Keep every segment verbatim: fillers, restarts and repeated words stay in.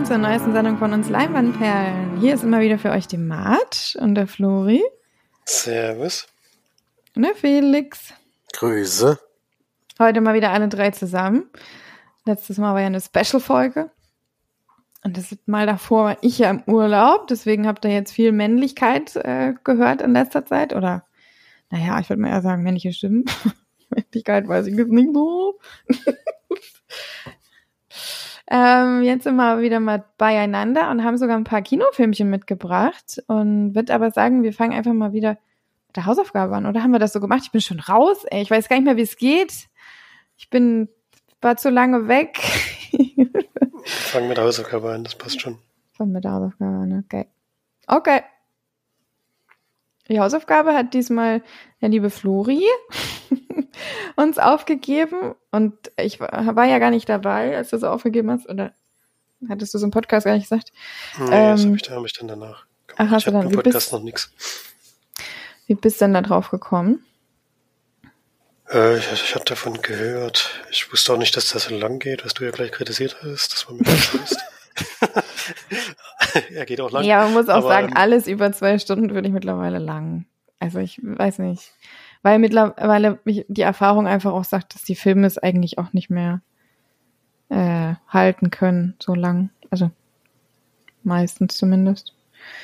zur neuesten Sendung von uns Leinwandperlen. Hier ist immer wieder für euch die Mart und der Flori. Servus. Und der Felix. Grüße. Heute mal wieder alle drei zusammen. Letztes Mal war ja eine Special-Folge. Und das Mal davor war ich ja im Urlaub. Deswegen habt ihr jetzt viel Männlichkeit äh, gehört in letzter Zeit. Oder, naja, ich würde mal eher sagen, männliche Stimmen. Männlichkeit weiß ich jetzt nicht so. ähm, jetzt sind wir wieder mal beieinander und haben sogar ein paar Kinofilmchen mitgebracht. Und würde aber sagen, wir fangen einfach mal wieder mit der Hausaufgabe an. Oder haben wir das so gemacht? Ich bin schon raus. Ey, ich weiß gar nicht mehr, wie es geht. Ich bin, war zu lange weg. Fangen mit der Hausaufgabe an, das passt schon. Fangen mit der Hausaufgabe an, okay. Okay. Die Hausaufgabe hat diesmal der liebe Flori uns aufgegeben. Und ich war ja gar nicht dabei, als du es aufgegeben hast. Oder hattest du es im Podcast gar nicht gesagt? Nee, ähm, das habe ich, hab ich dann danach gemacht. Ach, hast ich du dann, im wie Podcast bist, noch nichts. Wie bist du denn da drauf gekommen? Äh, ich, ich habe davon gehört. Ich wusste auch nicht, dass das so lang geht, was du ja gleich kritisiert hast. Das war mir ganz bewusst. Er geht auch lang. Ja, man muss auch aber, sagen, ähm, alles über zwei Stunden finde ich mittlerweile lang. Also ich weiß nicht. Weil mittlerweile mich die Erfahrung einfach auch sagt, dass die Filme es eigentlich auch nicht mehr äh, halten können, so lang. Also meistens zumindest.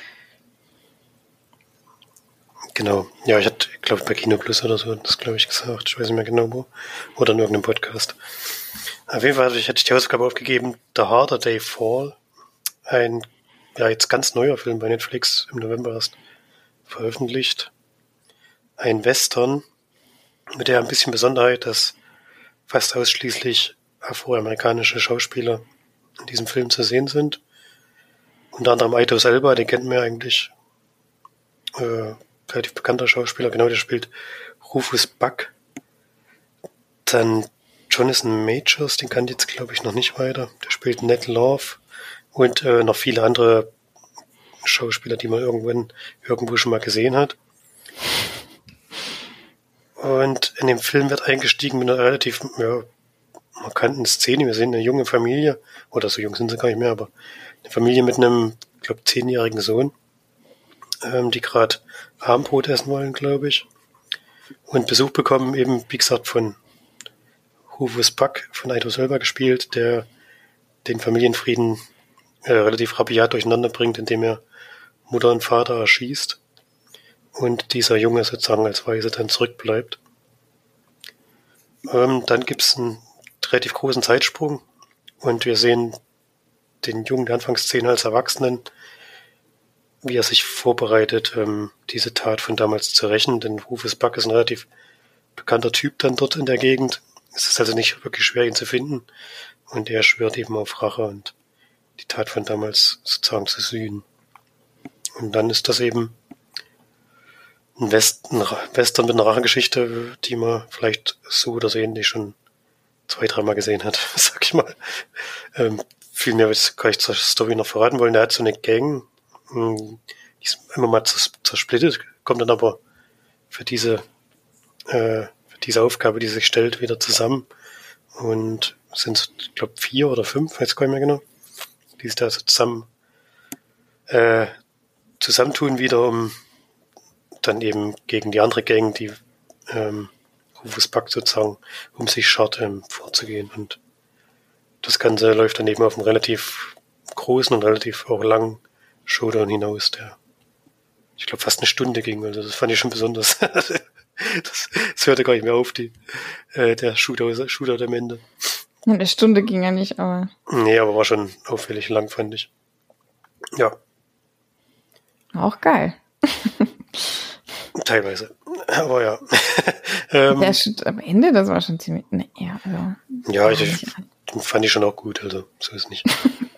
Genau. Ja, ich hatte, ich glaube, bei Kino Plus oder so, das glaube ich gesagt. Ich weiß nicht mehr genau wo. Oder in irgendeinem Podcast. Auf jeden Fall hatte ich, hatte ich die Hausaufgabe aufgegeben, The Harder They Fall. Ein, ja, jetzt ganz neuer Film bei Netflix, im November erst veröffentlicht. Ein Western mit der ein bisschen Besonderheit, dass fast ausschließlich afroamerikanische Schauspieler in diesem Film zu sehen sind. Unter anderem Idris Elba, den kennt man ja eigentlich. Äh, relativ bekannter Schauspieler, genau, der spielt Rufus Buck. Dann Jonathan Majors, den kannte ich jetzt, glaube ich, noch nicht weiter. Der spielt Ned Love und äh, noch viele andere Schauspieler, die man irgendwann irgendwo schon mal gesehen hat. Und in dem Film wird eingestiegen mit einer relativ ja, markanten Szene. Wir sehen eine junge Familie, oder so jung sind sie gar nicht mehr, aber eine Familie mit einem, ich glaube, zehnjährigen Sohn, ähm, die gerade Abendbrot essen wollen, glaube ich. Und Besuch bekommen eben, wie gesagt, von Rufus Buck, von Idris Elba gespielt, der den Familienfrieden äh, relativ rabiat durcheinander bringt, indem er Mutter und Vater erschießt. Und dieser Junge sozusagen als Waise dann zurückbleibt. Ähm, dann gibt es einen relativ großen Zeitsprung und wir sehen den Jungen der Anfangsszene als Erwachsenen, wie er sich vorbereitet, ähm, diese Tat von damals zu rächen, denn Rufus Buck ist ein relativ bekannter Typ dann dort in der Gegend. Es ist also nicht wirklich schwer, ihn zu finden und er schwört eben auf Rache und die Tat von damals sozusagen zu sühnen. Und dann ist das eben ein, West, ein Western mit einer Rachegeschichte, die man vielleicht so oder so ähnlich schon zwei, dreimal gesehen hat, sag ich mal. Ähm, viel mehr kann ich zur Story noch verraten wollen. Der hat so eine Gang, die ist immer mal zersplittet, kommt dann aber für diese, äh, für diese Aufgabe, die sich stellt, wieder zusammen. Und sind, ich glaube, vier oder fünf, weiß gar nicht mehr genau, die sich da so zusammen äh, zusammentun wieder, um dann eben gegen die andere Gang, die ähm, Rufus Buck sozusagen um sich schart, ähm, vorzugehen. Und das Ganze läuft dann eben auf einen relativ großen und relativ auch langen Showdown hinaus, der, ich glaube, fast eine Stunde ging. Also das fand ich schon besonders. das, das hörte gar nicht mehr auf, die, äh, der Shootout, Shootout am Ende. Eine Stunde ging ja nicht, aber... Nee, aber war schon auffällig lang, fand ich. Ja. Auch geil. Teilweise. Aber ja. ähm, Der Sch- am Ende, das war schon ziemlich... Ne, ja, also, ja, ich, ich fand ich schon auch gut, also so ist nicht.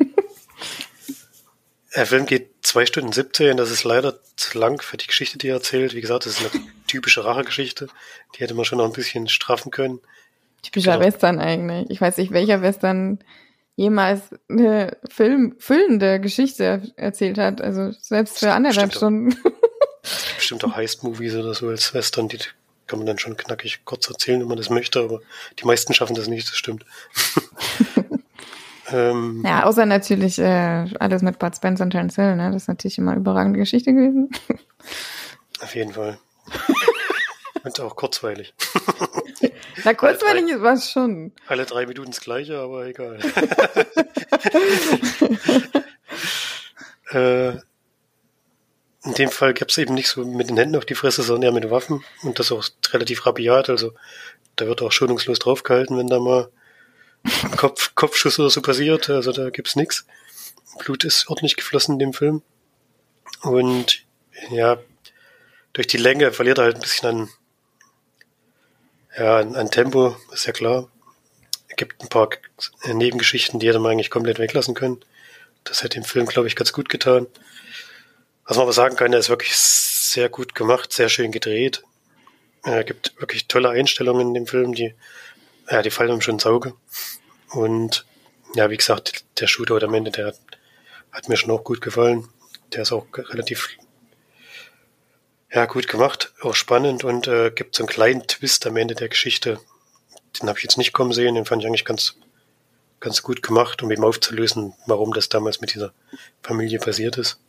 Der Film geht zwei Stunden siebzehn, das ist leider zu lang für die Geschichte, die er erzählt. Wie gesagt, das ist eine typische Rachegeschichte. Die hätte man schon noch ein bisschen straffen können. Typischer genau. Western eigentlich. Ich weiß nicht, welcher Western jemals eine Film, füllende Geschichte erzählt hat. Also selbst für anderthalb Stunden. Bestimmt auch Heist-Movies oder so als Western, die kann man dann schon knackig kurz erzählen, wenn man das möchte, aber die meisten schaffen das nicht, das stimmt. Ähm, Ja, außer natürlich äh, alles mit Bud Spencer und Terence Hill, ne? Das ist natürlich immer eine überragende Geschichte gewesen. Auf jeden Fall. Und auch kurzweilig. Na, kurzweilig war es schon. Alle drei Minuten das Gleiche, aber egal. äh, in dem Fall gab es eben nicht so mit den Händen auf die Fresse, sondern eher mit Waffen. Und das auch relativ rabiat. Also da wird auch schonungslos draufgehalten, wenn da mal ein Kopf, Kopfschuss oder so passiert. Also da gibt's nichts. Blut ist ordentlich geflossen in dem Film. Und ja, durch die Länge verliert er halt ein bisschen an, ja, an, an Tempo, ist ja klar. Es gibt ein paar Nebengeschichten, die hätte man eigentlich komplett weglassen können. Das hätte dem Film, glaube ich, ganz gut getan. Was man aber sagen kann, er ist wirklich sehr gut gemacht, sehr schön gedreht. Er gibt wirklich tolle Einstellungen in dem Film, die, ja, die fallen einem schon ins Auge. Und ja, wie gesagt, der Shootout am Ende, der hat mir schon auch gut gefallen. Der ist auch relativ ja, gut gemacht, auch spannend und äh, gibt so einen kleinen Twist am Ende der Geschichte. Den habe ich jetzt nicht kommen sehen, den fand ich eigentlich ganz, ganz gut gemacht, um eben aufzulösen, warum das damals mit dieser Familie passiert ist.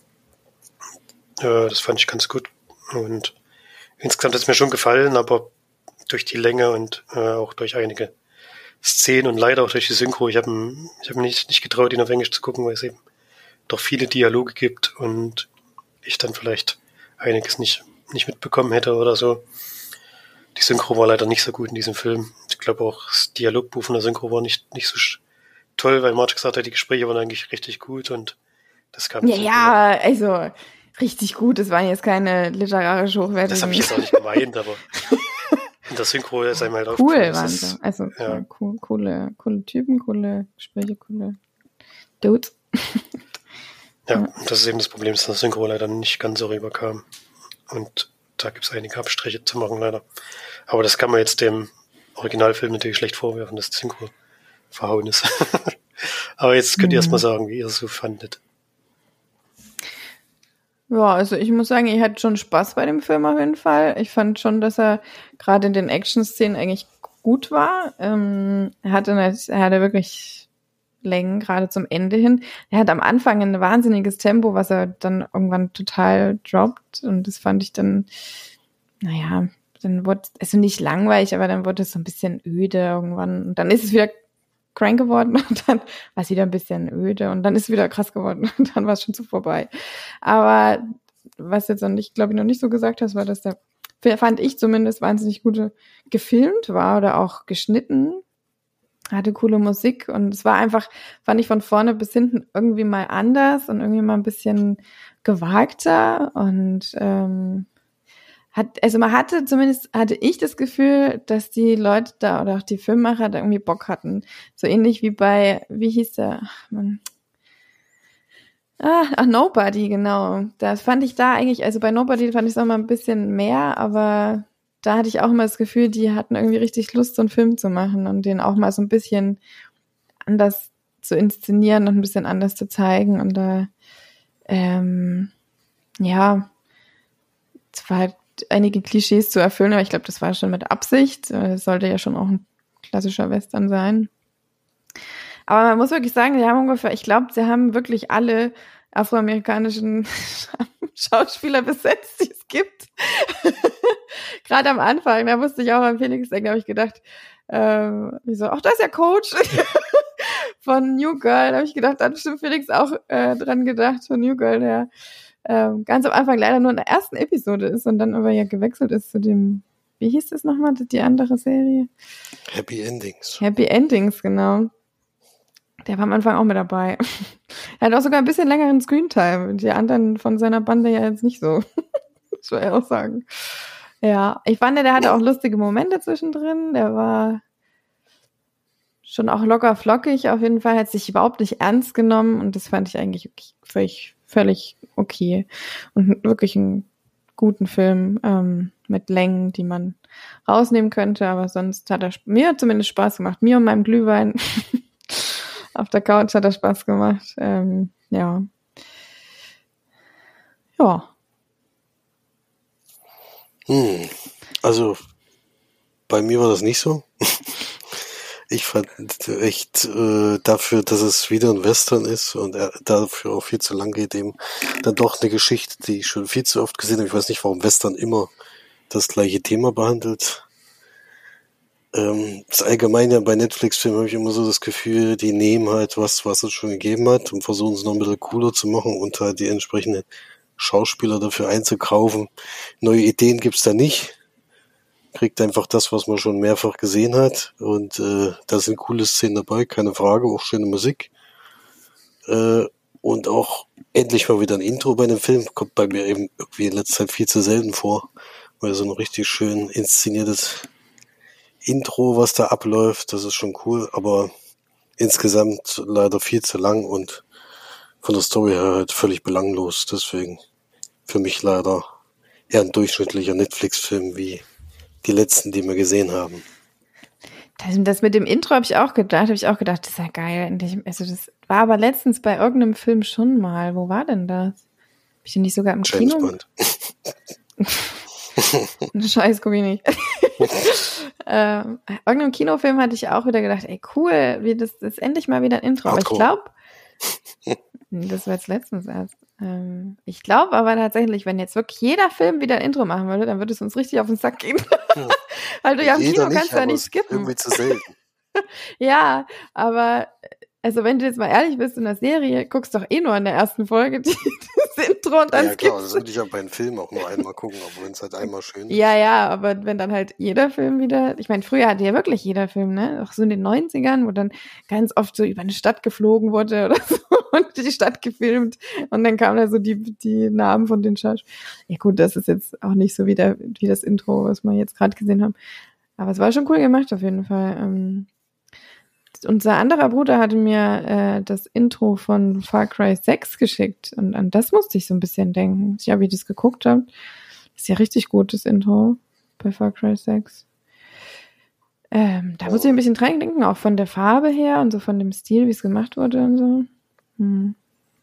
Äh, das fand ich ganz gut. Und insgesamt hat es mir schon gefallen, aber durch die Länge und äh, auch durch einige Szenen und leider auch durch die Synchro, ich habe ich hab mich nicht, nicht getraut, ihn auf Englisch zu gucken, weil es eben doch viele Dialoge gibt und ich dann vielleicht einiges nicht, nicht mitbekommen hätte oder so. Die Synchro war leider nicht so gut in diesem Film. Ich glaube auch, das Dialogbuch von der Synchro war nicht, nicht so toll, weil Marge gesagt hat, die Gespräche waren eigentlich richtig gut und das kam Ja, ja, also richtig gut. Es waren jetzt keine literarisch hochwertigen. Das habe ich jetzt auch nicht gemeint, aber in der Synchro ist einmal halt cool waren sie. Also ja. cool, coole, coole Typen, coole Gespräche, coole Dudes. Ja, das ist eben das Problem, dass das Synchro leider nicht ganz so rüberkam. Und da gibt es einige Abstriche zu machen, leider. Aber das kann man jetzt dem Originalfilm natürlich schlecht vorwerfen, dass das Synchro verhauen ist. Aber jetzt könnt ihr mhm. erst mal sagen, wie ihr es so fandet. Ja, also ich muss sagen, ich hatte schon Spaß bei dem Film auf jeden Fall. Ich fand schon, dass er gerade in den Action-Szenen eigentlich gut war. Ähm, er hatte, er hatte wirklich Längen, gerade zum Ende hin. Er hat am Anfang ein wahnsinniges Tempo, was er dann irgendwann total droppt. Und das fand ich dann, naja, dann wurde es also nicht langweilig, aber dann wurde es so ein bisschen öde irgendwann. Und dann ist es wieder crank geworden und dann war es wieder ein bisschen öde und dann ist es wieder krass geworden und dann war es schon zu vorbei. Aber was jetzt noch nicht, glaube ich, noch nicht so gesagt hast, war, dass der, fand ich zumindest, wahnsinnig gut gefilmt war oder auch geschnitten. Hatte coole Musik und es war einfach, fand ich von vorne bis hinten irgendwie mal anders und irgendwie mal ein bisschen gewagter und ähm, hat, also man hatte zumindest, hatte ich das Gefühl, dass die Leute da oder auch die Filmemacher da irgendwie Bock hatten. So ähnlich wie bei, wie hieß der, ach man, ah, ach, Nobody, genau. Das fand ich da eigentlich, also bei Nobody fand ich es noch mal ein bisschen mehr, aber da hatte ich auch immer das Gefühl, die hatten irgendwie richtig Lust, so einen Film zu machen und den auch mal so ein bisschen anders zu inszenieren und ein bisschen anders zu zeigen und da, ähm, ja, es war halt einige Klischees zu erfüllen, aber ich glaube, das war schon mit Absicht. Es sollte ja schon auch ein klassischer Western sein. Aber man muss wirklich sagen, die haben ungefähr, ich glaube, sie haben wirklich alle afroamerikanischen Schauspieler besetzt, die es gibt. Gerade am Anfang, da musste ich auch an Felix denken, habe ich gedacht, ähm, ich so, ach, da ist ja Coach von New Girl. Da habe ich gedacht, da hat bestimmt Felix auch äh, dran gedacht, von New Girl, der ähm, ganz am Anfang leider nur in der ersten Episode ist und dann aber ja gewechselt ist zu dem, wie hieß das nochmal, die andere Serie? Happy Endings. Happy Endings, genau. Der war am Anfang auch mit dabei. Er hat auch sogar ein bisschen längeren Screentime. Die anderen von seiner Bande ja jetzt nicht so. Das will ich auch sagen. Ja, ich fand, der hatte auch lustige Momente zwischendrin. Der war schon auch locker flockig. Auf jeden Fall hat sich überhaupt nicht ernst genommen. Und das fand ich eigentlich okay, völlig, völlig okay. Und wirklich einen guten Film ähm, mit Längen, die man rausnehmen könnte. Aber sonst hat er mir zumindest Spaß gemacht. Mir und meinem Glühwein. Auf der Couch hat er Spaß gemacht. Ähm, ja. Ja. Hm. Also, bei mir war das nicht so. Ich fand echt äh, dafür, dass es wieder ein Western ist und er dafür auch viel zu lang geht, eben dann doch eine Geschichte, die ich schon viel zu oft gesehen habe. Ich weiß nicht, warum Western immer das gleiche Thema behandelt. Ähm, das Allgemeine bei Netflix-Filmen habe ich immer so das Gefühl, die nehmen halt was, was es schon gegeben hat und versuchen es noch ein bisschen cooler zu machen und halt die entsprechenden Schauspieler dafür einzukaufen. Neue Ideen gibt's da nicht. Kriegt einfach das, was man schon mehrfach gesehen hat. Und äh, da sind coole Szenen dabei, keine Frage, auch schöne Musik. Äh, und auch endlich mal wieder ein Intro bei einem Film. Kommt bei mir eben irgendwie in letzter Zeit viel zu selten vor. Weil so ein richtig schön inszeniertes Intro, was da abläuft, das ist schon cool. Aber insgesamt leider viel zu lang und von der Story her halt völlig belanglos. Deswegen für mich leider eher ein durchschnittlicher Netflix-Film wie die letzten, die wir gesehen haben. Das, das mit dem Intro habe ich auch gedacht, habe ich auch gedacht, das ist ja geil. Also das war aber letztens bei irgendeinem Film schon mal. Wo war denn das? Hab ich denn nicht sogar im James Kino? Bond. Scheiß, guck ich nicht. ähm, irgendeinem Kinofilm hatte ich auch wieder gedacht, ey cool, wie das, das ist endlich mal wieder ein Intro. Aber ich glaube, das war jetzt letztens erst. Ähm, ich glaube aber tatsächlich, wenn jetzt wirklich jeder Film wieder ein Intro machen würde, dann würde es uns richtig auf den Sack gehen. Weil du ja im Jeder Kino kannst nicht, ja aber nicht skippen. irgendwie zu selten. Ja, aber also wenn du jetzt mal ehrlich bist in der Serie, guckst doch eh nur in der ersten Folge die, das Intro und dann Ja, ja klar, das skippst würde ich ja bei einem Film auch nur einmal gucken, aber wenn es halt einmal schön ist. Ja, ja, aber wenn dann halt jeder Film wieder, ich meine, früher hatte ja wirklich jeder Film, ne, auch so in den neunzigern, wo dann ganz oft so über eine Stadt geflogen wurde oder so und die Stadt gefilmt und dann kamen da so die, die Namen von den Schauspielern. Ja gut, das ist jetzt auch nicht so wie, der, wie das Intro, was wir jetzt gerade gesehen haben, aber es war schon cool gemacht auf jeden Fall. Ähm, unser anderer Bruder hatte mir äh, das Intro von Far Cry sechs geschickt und an das musste ich so ein bisschen denken. Ich habe, wie ich das geguckt habe. Das ist ja richtig gut, das Intro bei Far Cry sechs. Ähm, da muss ich ein bisschen dran denken, auch von der Farbe her und so von dem Stil, wie es gemacht wurde und so. Hm.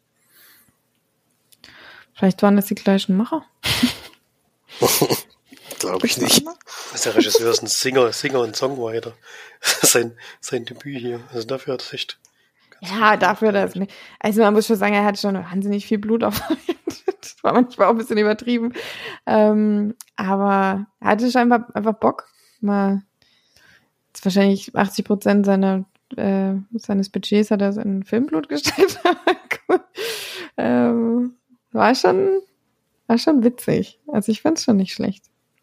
Vielleicht waren das die gleichen Macher. Glaube ich nicht. Das ist der Regisseur, ist ein Singer, Singer und Songwriter. sein, sein Debüt hier. Also dafür hat es echt. Ja, dafür das nicht. Also man muss schon sagen, er hat schon wahnsinnig viel Blut aufgewendet. Das war manchmal auch ein bisschen übertrieben. Ähm, aber er hatte scheinbar einfach Bock. Mal jetzt wahrscheinlich achtzig Prozent seiner äh, seines Budgets hat er in Filmblut gesteckt. ähm, war schon war schon witzig. Also ich fand's schon nicht schlecht.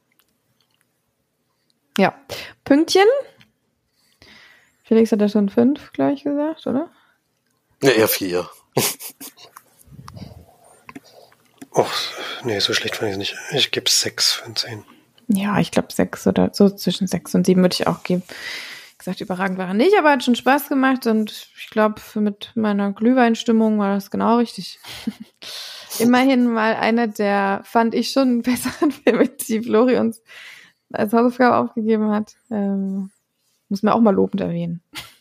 Ja, Pünktchen. Felix hat ja schon fünf gleich gesagt, oder? Ja, eher vier. Och, nee, so schlecht fand ich es nicht. Ich gebe sechs von zehn. Ja, ich glaube sechs oder so zwischen sechs und sieben würde ich auch geben. Wie gesagt, überragend war er nicht, aber hat schon Spaß gemacht und ich glaube, mit meiner Glühweinstimmung war das genau richtig. Immerhin mal einer der, fand ich schon besseren Filme, die Flori uns als Hausaufgabe aufgegeben hat. Ähm, muss man auch mal lobend erwähnen.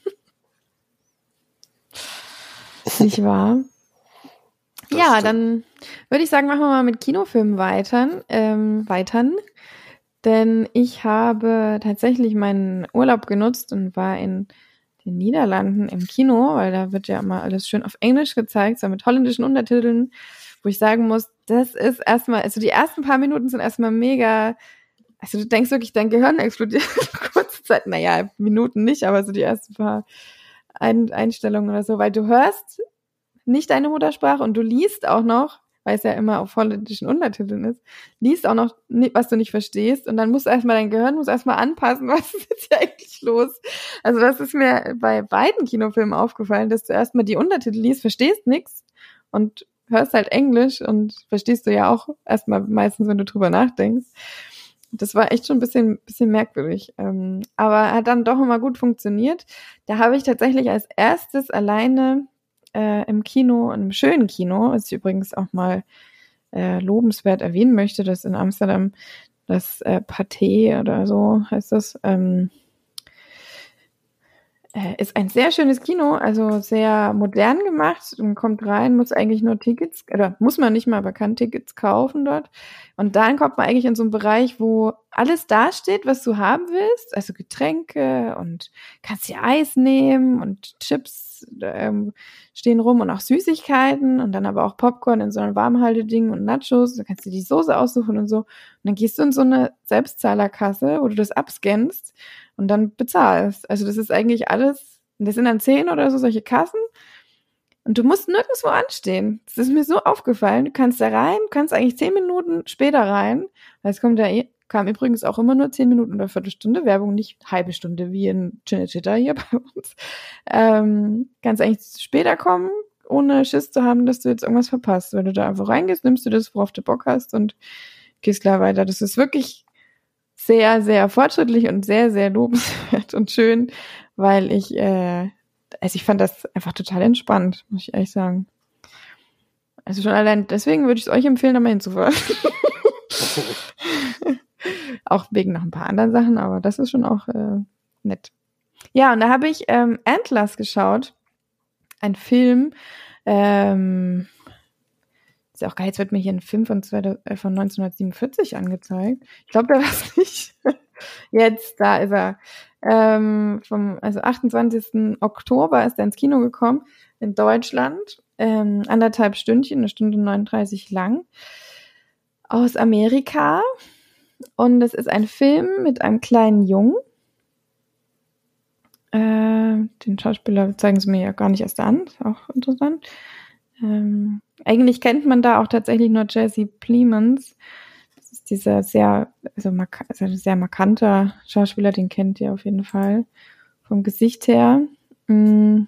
Nicht wahr? Das ja, stimmt. Dann würde ich sagen, machen wir mal mit Kinofilmen weiter, ähm, weitern. Denn ich habe tatsächlich meinen Urlaub genutzt und war in den Niederlanden im Kino, weil da wird ja immer alles schön auf Englisch gezeigt, so mit holländischen Untertiteln, wo ich sagen muss, das ist erstmal, also die ersten paar Minuten sind erstmal mega, also du denkst wirklich, dein Gehirn explodiert kurze Zeit, naja, Minuten nicht, aber so die ersten paar Ein- Einstellungen oder so, weil du hörst nicht deine Muttersprache und du liest auch noch, weil es ja immer auf holländischen Untertiteln ist, liest auch noch, was du nicht verstehst und dann musst du erstmal, dein Gehirn muss erstmal anpassen, was ist jetzt hier eigentlich los? Also das ist mir bei beiden Kinofilmen aufgefallen, dass du erstmal die Untertitel liest, verstehst nichts und hörst halt Englisch und verstehst du ja auch erstmal meistens, wenn du drüber nachdenkst. Das war echt schon ein bisschen, bisschen merkwürdig. Ähm, aber hat dann doch immer gut funktioniert. Da habe ich tatsächlich als erstes alleine äh, im Kino, einem schönen Kino, was ich übrigens auch mal äh, lobenswert erwähnen möchte, dass in Amsterdam das äh, Pathé oder so heißt das, ähm, äh, ist ein sehr schönes Kino, also sehr modern gemacht. Man kommt rein, muss eigentlich nur Tickets, oder muss man nicht mal, aber kann Tickets kaufen dort. Und dann kommt man eigentlich in so einen Bereich, wo alles dasteht, was du haben willst. Also Getränke und kannst dir Eis nehmen und Chips ähm, stehen rum und auch Süßigkeiten und dann aber auch Popcorn in so einem Warmhalteding und Nachos. Da kannst du die Soße aussuchen und so. Und dann gehst du in so eine Selbstzahlerkasse, wo du das abscannst und dann bezahlst. Also das ist eigentlich alles, das sind dann zehn oder so solche Kassen und du musst nirgendwo anstehen. Das ist mir so aufgefallen. Du kannst da rein, kannst eigentlich zehn Minuten später rein, weil es kommt ja eh, kam übrigens auch immer nur zehn Minuten oder Viertelstunde Werbung, nicht halbe Stunde wie in Cinecittà hier bei uns. Ähm, kannst eigentlich später kommen, ohne Schiss zu haben, dass du jetzt irgendwas verpasst. Wenn du da einfach reingehst, nimmst du das, worauf du Bock hast und gehst klar weiter. Das ist wirklich sehr, sehr fortschrittlich und sehr, sehr lobenswert und schön, weil ich, äh, also ich fand das einfach total entspannt, muss ich ehrlich sagen. Also schon allein deswegen würde ich es euch empfehlen, da mal hinzufahren. Auch wegen noch ein paar anderen Sachen, aber das ist schon auch äh, nett. Ja, und da habe ich ähm, Antlers geschaut, ein Film, ähm, ist ja auch geil, jetzt wird mir hier ein Film von, äh, von neunzehnhundertsiebenundvierzig angezeigt. Ich glaube, der war es nicht. Jetzt, da ist er. Ähm, vom, also achtundzwanzigsten Oktober ist er ins Kino gekommen, in Deutschland. Ähm, anderthalb Stündchen, eine Stunde neununddreißig lang. Aus Amerika. Und es ist ein Film mit einem kleinen Jungen. Äh, den Schauspieler zeigen sie mir ja gar nicht erst an. Ist auch interessant. Ähm, eigentlich kennt man da auch tatsächlich nur Jesse Plemons. Das ist dieser sehr, also, mark- also sehr markanter Schauspieler, den kennt ihr auf jeden Fall. Vom Gesicht her. Mhm.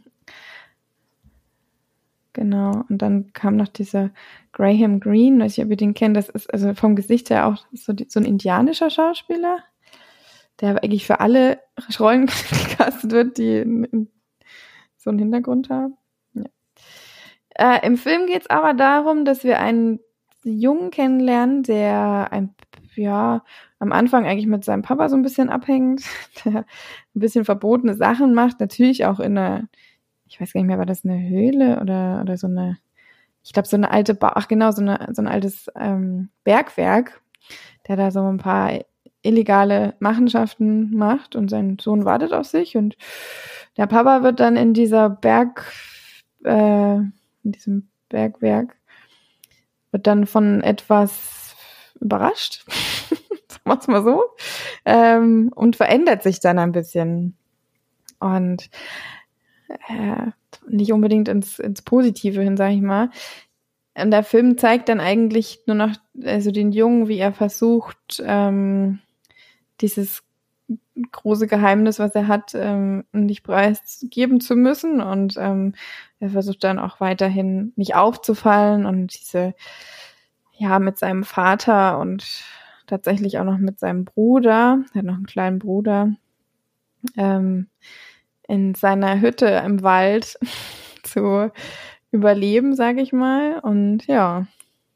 Genau, und dann kam noch dieser Graham Greene, weiß ich, ob ihr den kennt, das ist also vom Gesicht her auch so, die, so ein indianischer Schauspieler, der eigentlich für alle Rollen gecastet wird, die in, in so einen Hintergrund haben. Ja. Äh, im Film geht es aber darum, dass wir einen Jungen kennenlernen, der ein, ja, am Anfang eigentlich mit seinem Papa so ein bisschen abhängt, der ein bisschen verbotene Sachen macht, natürlich auch in einer, ich weiß gar nicht mehr, war das eine Höhle oder oder so eine, ich glaube so eine alte, ba- ach genau, so eine so ein altes ähm, Bergwerk, der da so ein paar illegale Machenschaften macht und sein Sohn wartet auf sich und der Papa wird dann in dieser Berg, äh, in diesem Bergwerk, wird dann von etwas überrascht, sagen wir es mal so, ähm, und verändert sich dann ein bisschen und äh, nicht unbedingt ins, ins Positive hin, sag ich mal. Und der Film zeigt dann eigentlich nur noch, also den Jungen, wie er versucht, ähm, dieses große Geheimnis, was er hat, ähm, nicht preisgeben zu müssen. Und ähm, er versucht dann auch weiterhin nicht aufzufallen und diese, ja, mit seinem Vater und tatsächlich auch noch mit seinem Bruder, er hat noch einen kleinen Bruder, ähm, in seiner Hütte im Wald zu überleben, sage ich mal. Und ja,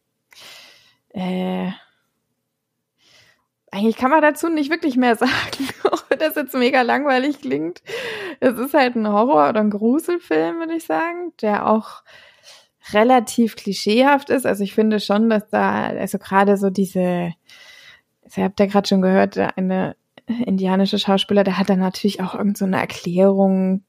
äh, eigentlich kann man dazu nicht wirklich mehr sagen, auch wenn das jetzt mega langweilig klingt. Es ist halt ein Horror- oder ein Gruselfilm, würde ich sagen, der auch relativ klischeehaft ist. Also ich finde schon, dass da, also gerade so diese, also ihr habt ja gerade schon gehört, eine indianische Schauspieler, der hat dann natürlich auch irgend so eine Erklärung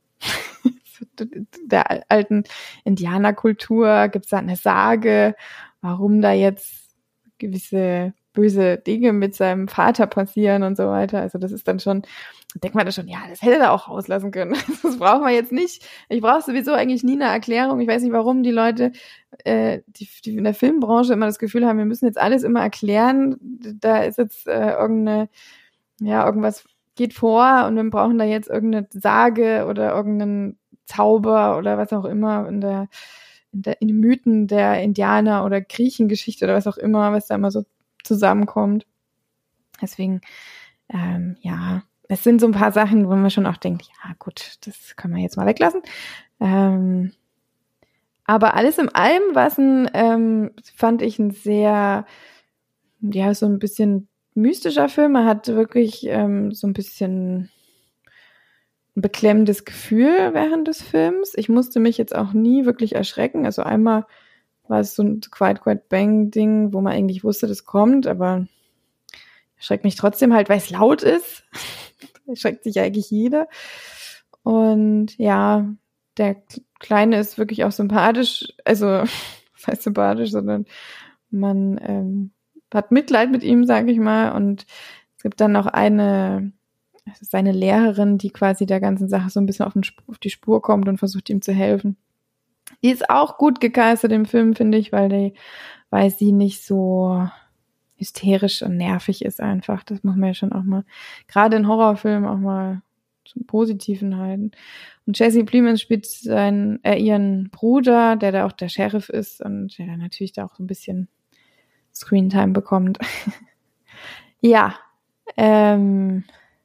der alten Indianerkultur, gibt es da eine Sage, warum da jetzt gewisse böse Dinge mit seinem Vater passieren und so weiter. Also das ist dann schon, da denkt man da schon, ja, das hätte er auch rauslassen können. Das brauchen wir jetzt nicht. Ich brauche sowieso eigentlich nie eine Erklärung. Ich weiß nicht, warum die Leute, äh, die, die in der Filmbranche immer das Gefühl haben, wir müssen jetzt alles immer erklären. Da ist jetzt äh, irgendeine, ja, irgendwas geht vor und wir brauchen da jetzt irgendeine Sage oder irgendeinen Zauber oder was auch immer in der, in der in den Mythen der Indianer oder Griechengeschichte oder was auch immer, was da immer so zusammenkommt. Deswegen, ähm, ja, es sind so ein paar Sachen, wo man schon auch denkt, ja gut, das kann man jetzt mal weglassen. Ähm, aber alles in allem was ein, ähm, fand ich ein sehr, ja, so ein bisschen mystischer Film. Er hat wirklich ähm, so ein bisschen ein beklemmendes Gefühl während des Films. Ich musste mich jetzt auch nie wirklich erschrecken. Also einmal war es so ein Quiet, Quiet Bang-Ding, wo man eigentlich wusste, das kommt, aber erschreckt mich trotzdem halt, weil es laut ist. Erschreckt sich eigentlich jeder. Und ja, der Kleine ist wirklich auch sympathisch. Also, was heißt sympathisch, sondern man ähm, hat Mitleid mit ihm, sage ich mal. Und es gibt dann noch eine, es ist seine Lehrerin, die quasi der ganzen Sache so ein bisschen auf, den, auf die Spur kommt und versucht, ihm zu helfen. Die ist auch gut gecastet im Film, finde ich, weil die, weil sie nicht so hysterisch und nervig ist einfach. Das muss man ja schon auch mal, gerade in Horrorfilmen auch mal zum Positiven halten. Und Jesse Plemons spielt seinen, äh, ihren Bruder, der da auch der Sheriff ist und der natürlich da auch so ein bisschen Screentime bekommt. Ja, ähm,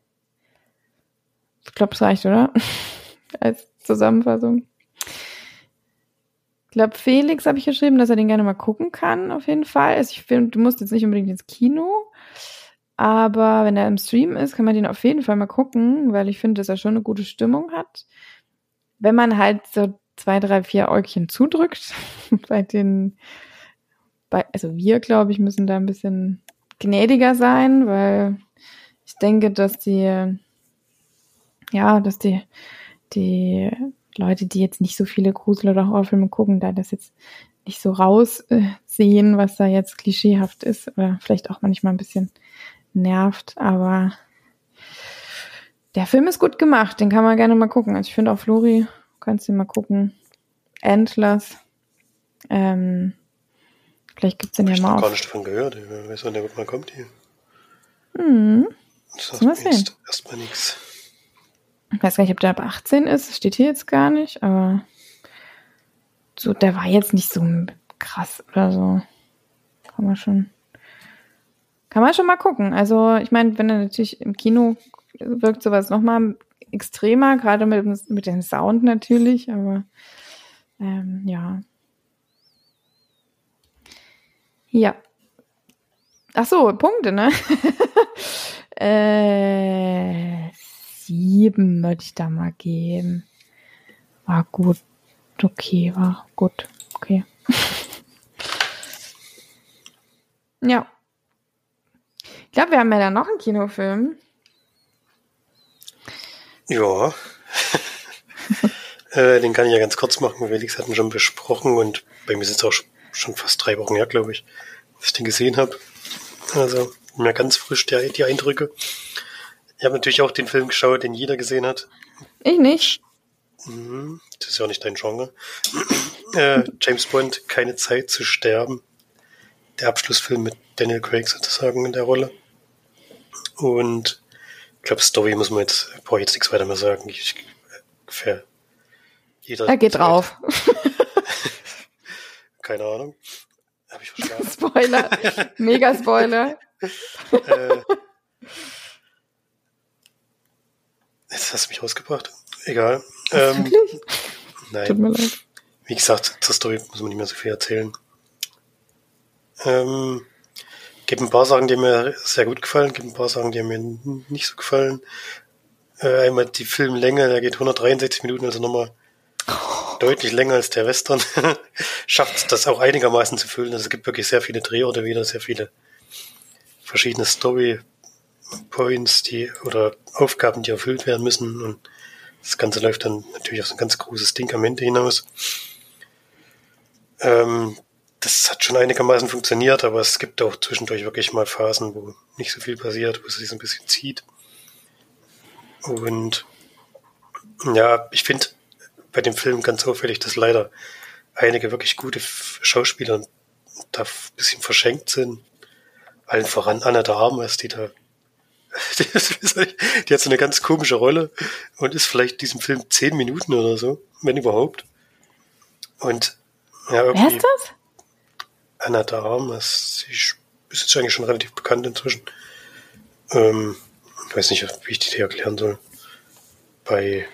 ich glaube, es reicht, oder? Als Zusammenfassung. Ich glaube, Felix habe ich geschrieben, dass er den gerne mal gucken kann, auf jeden Fall. Also ich finde, du musst jetzt nicht unbedingt ins Kino, aber wenn er im Stream ist, kann man den auf jeden Fall mal gucken, weil ich finde, dass er schon eine gute Stimmung hat. Wenn man halt so zwei, drei, vier Äugchen zudrückt, bei den, bei, also wir, glaube ich, müssen da ein bisschen gnädiger sein, weil ich denke, dass die, ja, dass die, die Leute, die jetzt nicht so viele Grusel- oder Horrorfilme gucken, da das jetzt nicht so raussehen, äh, was da jetzt klischeehaft ist oder vielleicht auch manchmal ein bisschen nervt, aber der Film ist gut gemacht, den kann man gerne mal gucken. Also ich finde auch Flori, kannst du mal gucken. Endless. Ähm, vielleicht gibt's den ja mal auf. Ich habe gar nicht davon gehört, ich weiß nicht, wann der mal kommt hier. Mhm. Das sagt mir jetzt erstmal nichts. Ich weiß gar nicht, ob der ab achtzehn ist, das steht hier jetzt gar nicht, aber so, der war jetzt nicht so krass oder so. Kann man schon, kann man schon mal gucken. Also, ich meine, wenn er natürlich im Kino wirkt sowas nochmal extremer, gerade mit, mit dem Sound natürlich, aber ähm, ja. Ja. Ach so, Punkte, ne? äh, sieben würde ich da mal geben. War gut. Okay, war gut. Okay. Ja. Ich glaube, wir haben ja da noch einen Kinofilm. Ja. äh, den kann ich ja ganz kurz machen. Felix hat ihn schon besprochen und bei mir ist es auch schon fast drei Wochen her, glaube ich, dass ich den gesehen habe. Also, mir ganz frisch die, die Eindrücke. Ich habe natürlich auch den Film geschaut, den jeder gesehen hat. Ich nicht. Das ist ja auch nicht dein Genre. äh, James Bond, Keine Zeit zu sterben. Der Abschlussfilm mit Daniel Craig sozusagen in der Rolle. Und ich glaube, Story muss man jetzt, brauche ich jetzt nichts weiter mehr sagen. Ich, ungefähr jeder. Er geht drauf. Keine Ahnung. Habe ich verschlafen. Spoiler. Mega Spoiler. äh, jetzt hast du mich rausgebracht. Egal. Ähm, Wirklich? Nein. Tut mir leid. Wie gesagt, zur Story muss man nicht mehr so viel erzählen. Ähm, gibt ein paar Sachen, die mir sehr gut gefallen, gibt ein paar Sachen, die mir nicht so gefallen. Äh, einmal die Filmlänge, der geht hundertdreiundsechzig Minuten, also nochmal oh. deutlich länger als der Western. Schafft das auch einigermaßen zu füllen. Also es gibt wirklich sehr viele Drehorte wieder, sehr viele verschiedene Story Points, die oder Aufgaben, die erfüllt werden müssen, und das Ganze läuft dann natürlich auf so ein ganz großes Ding am Ende hinaus. Ähm, das hat schon einigermaßen funktioniert, aber es gibt auch zwischendurch wirklich mal Phasen, wo nicht so viel passiert, wo es sich so ein bisschen zieht. Und ja, ich finde bei dem Film ganz auffällig, dass leider einige wirklich gute Schauspieler da ein bisschen verschenkt sind. Allen voran Anna de Armas, die da Die, die hat so eine ganz komische Rolle und ist vielleicht in diesem Film zehn Minuten oder so, wenn überhaupt. Und ja, irgendwie. Wer ist das? Anna de Armas, sie ist jetzt eigentlich schon relativ bekannt inzwischen. Ähm, ich weiß nicht, wie ich die dir erklären soll. Bei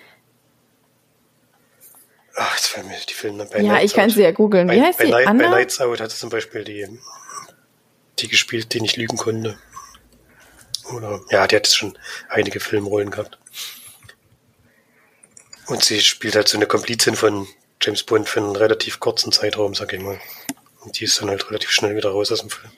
Ach, jetzt fallen mir die Filme bei Ja, Nights ich kann Out. sie ja googeln. Wie bei, heißt bei sie? Night, Anna? Bei Nights Out hat sie zum Beispiel die, die gespielt, die nicht lügen konnte. Oder, ja, die hat jetzt schon einige Filmrollen gehabt. Und sie spielt halt so eine Komplizin von James Bond für einen relativ kurzen Zeitraum, sag ich mal. Und die ist dann halt relativ schnell wieder raus aus dem Film.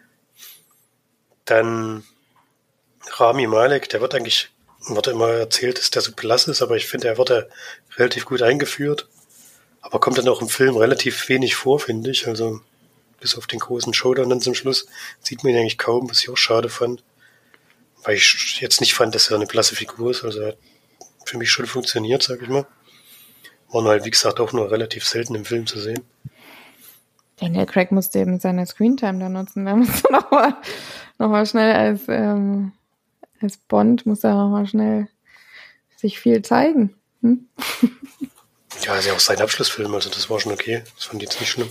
Dann Rami Malek, der wird eigentlich, wird immer erzählt, dass der so blass ist, aber ich finde, er wird ja relativ gut eingeführt. Aber kommt dann auch im Film relativ wenig vor, finde ich. Also bis auf den großen Showdown dann zum Schluss sieht man ihn eigentlich kaum, was ich auch schade fand. Weil ich jetzt nicht fand, dass er eine blasse Figur ist. Also er hat für mich schon funktioniert, sag ich mal. War nur halt, wie gesagt, auch nur relativ selten im Film zu sehen. Daniel Craig musste eben seine Screentime da nutzen. Da musste noch mal, noch mal schnell als, ähm, als Bond muss er noch mal schnell sich viel zeigen. Hm? Ja, ist ja auch sein Abschlussfilm, also das war schon okay. Das fand ich jetzt nicht schlimm.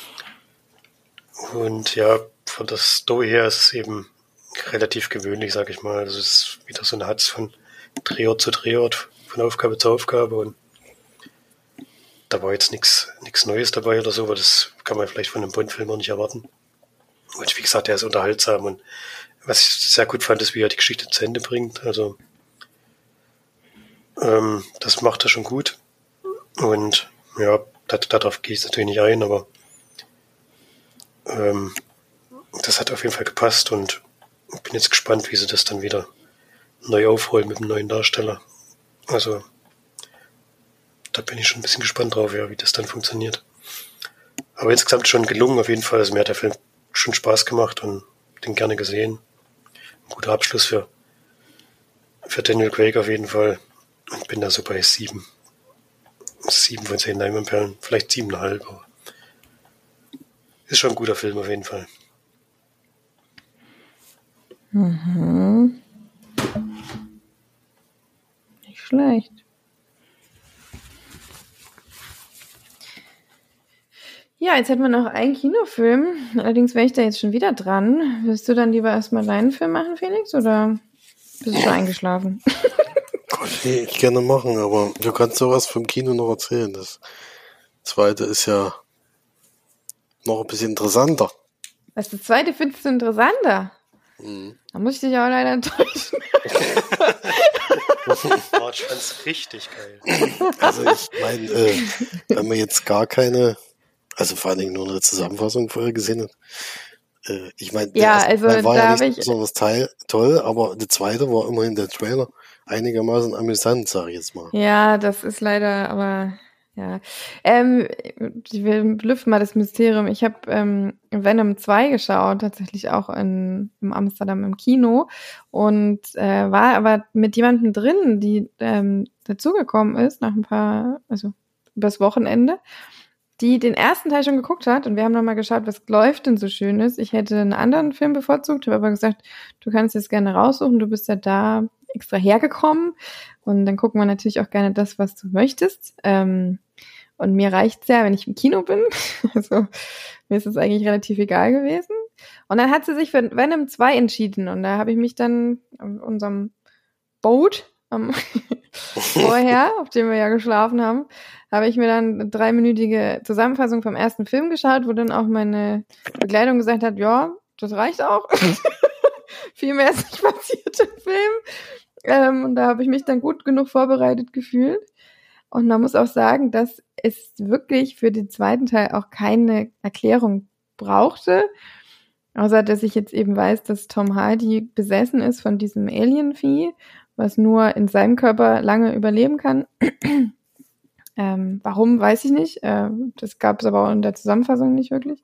Und ja, von der Story her ist es eben relativ gewöhnlich, sag ich mal. Also es ist wieder so eine Hatz von Drehort zu Drehort, von Aufgabe zu Aufgabe, und da war jetzt nichts nichts Neues dabei oder so, aber das kann man vielleicht von einem Bond-Film auch nicht erwarten. Und wie gesagt, der ist unterhaltsam, und was ich sehr gut fand, ist, wie er die Geschichte zu Ende bringt. Also ähm, das macht er schon gut. Und ja, darauf gehe ich natürlich nicht ein, aber ähm, das hat auf jeden Fall gepasst, und ich bin jetzt gespannt, wie sie das dann wieder neu aufrollen mit dem neuen Darsteller. Also da bin ich schon ein bisschen gespannt drauf, ja, wie das dann funktioniert. Aber insgesamt schon gelungen auf jeden Fall. Also mir hat der Film schon Spaß gemacht und den gerne gesehen. Ein guter Abschluss für, für Daniel Craig auf jeden Fall. Und bin da so bei sieben. Sieben von zehn Leinwandperlen. Vielleicht siebeneinhalb. Aber ist schon ein guter Film auf jeden Fall. Mhm. Nicht schlecht. Ja, jetzt hätten wir noch einen Kinofilm. Allerdings wäre ich da jetzt schon wieder dran. Willst du dann lieber erstmal deinen Film machen, Felix? Oder bist du schon eingeschlafen? Kann ich gerne machen, aber du kannst sowas vom Kino noch erzählen. Das zweite ist ja noch ein bisschen interessanter. Was, das zweite findest du interessanter? Mhm. Da muss ich dich auch leider enttäuschen. Oh, ich fand's richtig geil. Also ich meine, äh, wenn man jetzt gar keine, also vor allen Dingen nur eine Zusammenfassung vorher gesehen hat, äh, ich meine, der ja, erste also Teil war da ja habe nicht ich besonders Teil, toll, aber der zweite war immerhin der Trailer einigermaßen amüsant, sage ich jetzt mal. Ja, das ist leider, aber ja. Ähm, wir lüften mal das Mysterium. Ich habe ähm, Venom zwei geschaut, tatsächlich auch in, in Amsterdam im Kino, und äh, war aber mit jemandem drin, die ähm, dazugekommen ist, nach ein paar, also übers Wochenende, die den ersten Teil schon geguckt hat, und wir haben nochmal geschaut, was läuft denn so Schönes. Ich hätte einen anderen Film bevorzugt, habe aber gesagt, du kannst jetzt gerne raussuchen, du bist ja da extra hergekommen, und dann gucken wir natürlich auch gerne das, was du möchtest. Ähm, und mir reicht's ja, wenn ich im Kino bin. Also mir ist es eigentlich relativ egal gewesen. Und dann hat sie sich für Venom zwei entschieden, und da habe ich mich dann auf unserem Boot am vorher, auf dem wir ja geschlafen haben, habe ich mir dann eine dreiminütige Zusammenfassung vom ersten Film geschaut, wo dann auch meine Begleitung gesagt hat, ja, das reicht auch. Viel mehr ist nicht passiert im Film. Ähm, und da habe ich mich dann gut genug vorbereitet gefühlt. Und man muss auch sagen, dass es wirklich für den zweiten Teil auch keine Erklärung brauchte. Außer, dass ich jetzt eben weiß, dass Tom Hardy besessen ist von diesem Alien-Vieh, was nur in seinem Körper lange überleben kann. ähm, warum, weiß ich nicht. Äh, das gab es aber auch in der Zusammenfassung nicht wirklich.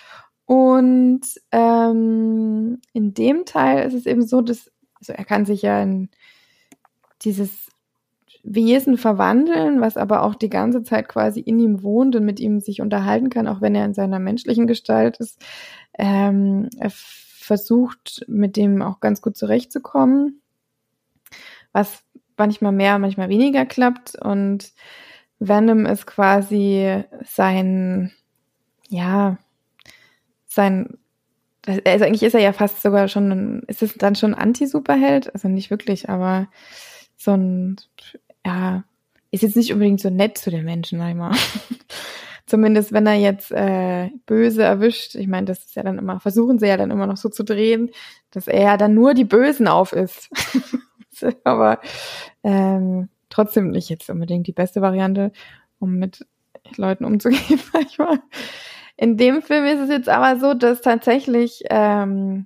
Und ähm, in dem Teil ist es eben so, dass, also er kann sich ja in dieses Wesen verwandeln, was aber auch die ganze Zeit quasi in ihm wohnt und mit ihm sich unterhalten kann, auch wenn er in seiner menschlichen Gestalt ist. Ähm, er versucht, mit dem auch ganz gut zurechtzukommen, was manchmal mehr, manchmal weniger klappt. Und Venom ist quasi sein, ja, sein, also eigentlich ist er ja fast sogar schon, ein, ist es dann schon ein Anti-Superheld? Also nicht wirklich, aber so ein, ja, ist jetzt nicht unbedingt so nett zu den Menschen, einmal. Zumindest wenn er jetzt äh, böse erwischt. Ich meine, das ist ja dann immer, versuchen sie ja dann immer noch so zu drehen, dass er ja dann nur die Bösen auf ist. Aber ähm, trotzdem nicht jetzt unbedingt die beste Variante, um mit Leuten umzugehen, manchmal. In dem Film ist es jetzt aber so, dass tatsächlich ähm,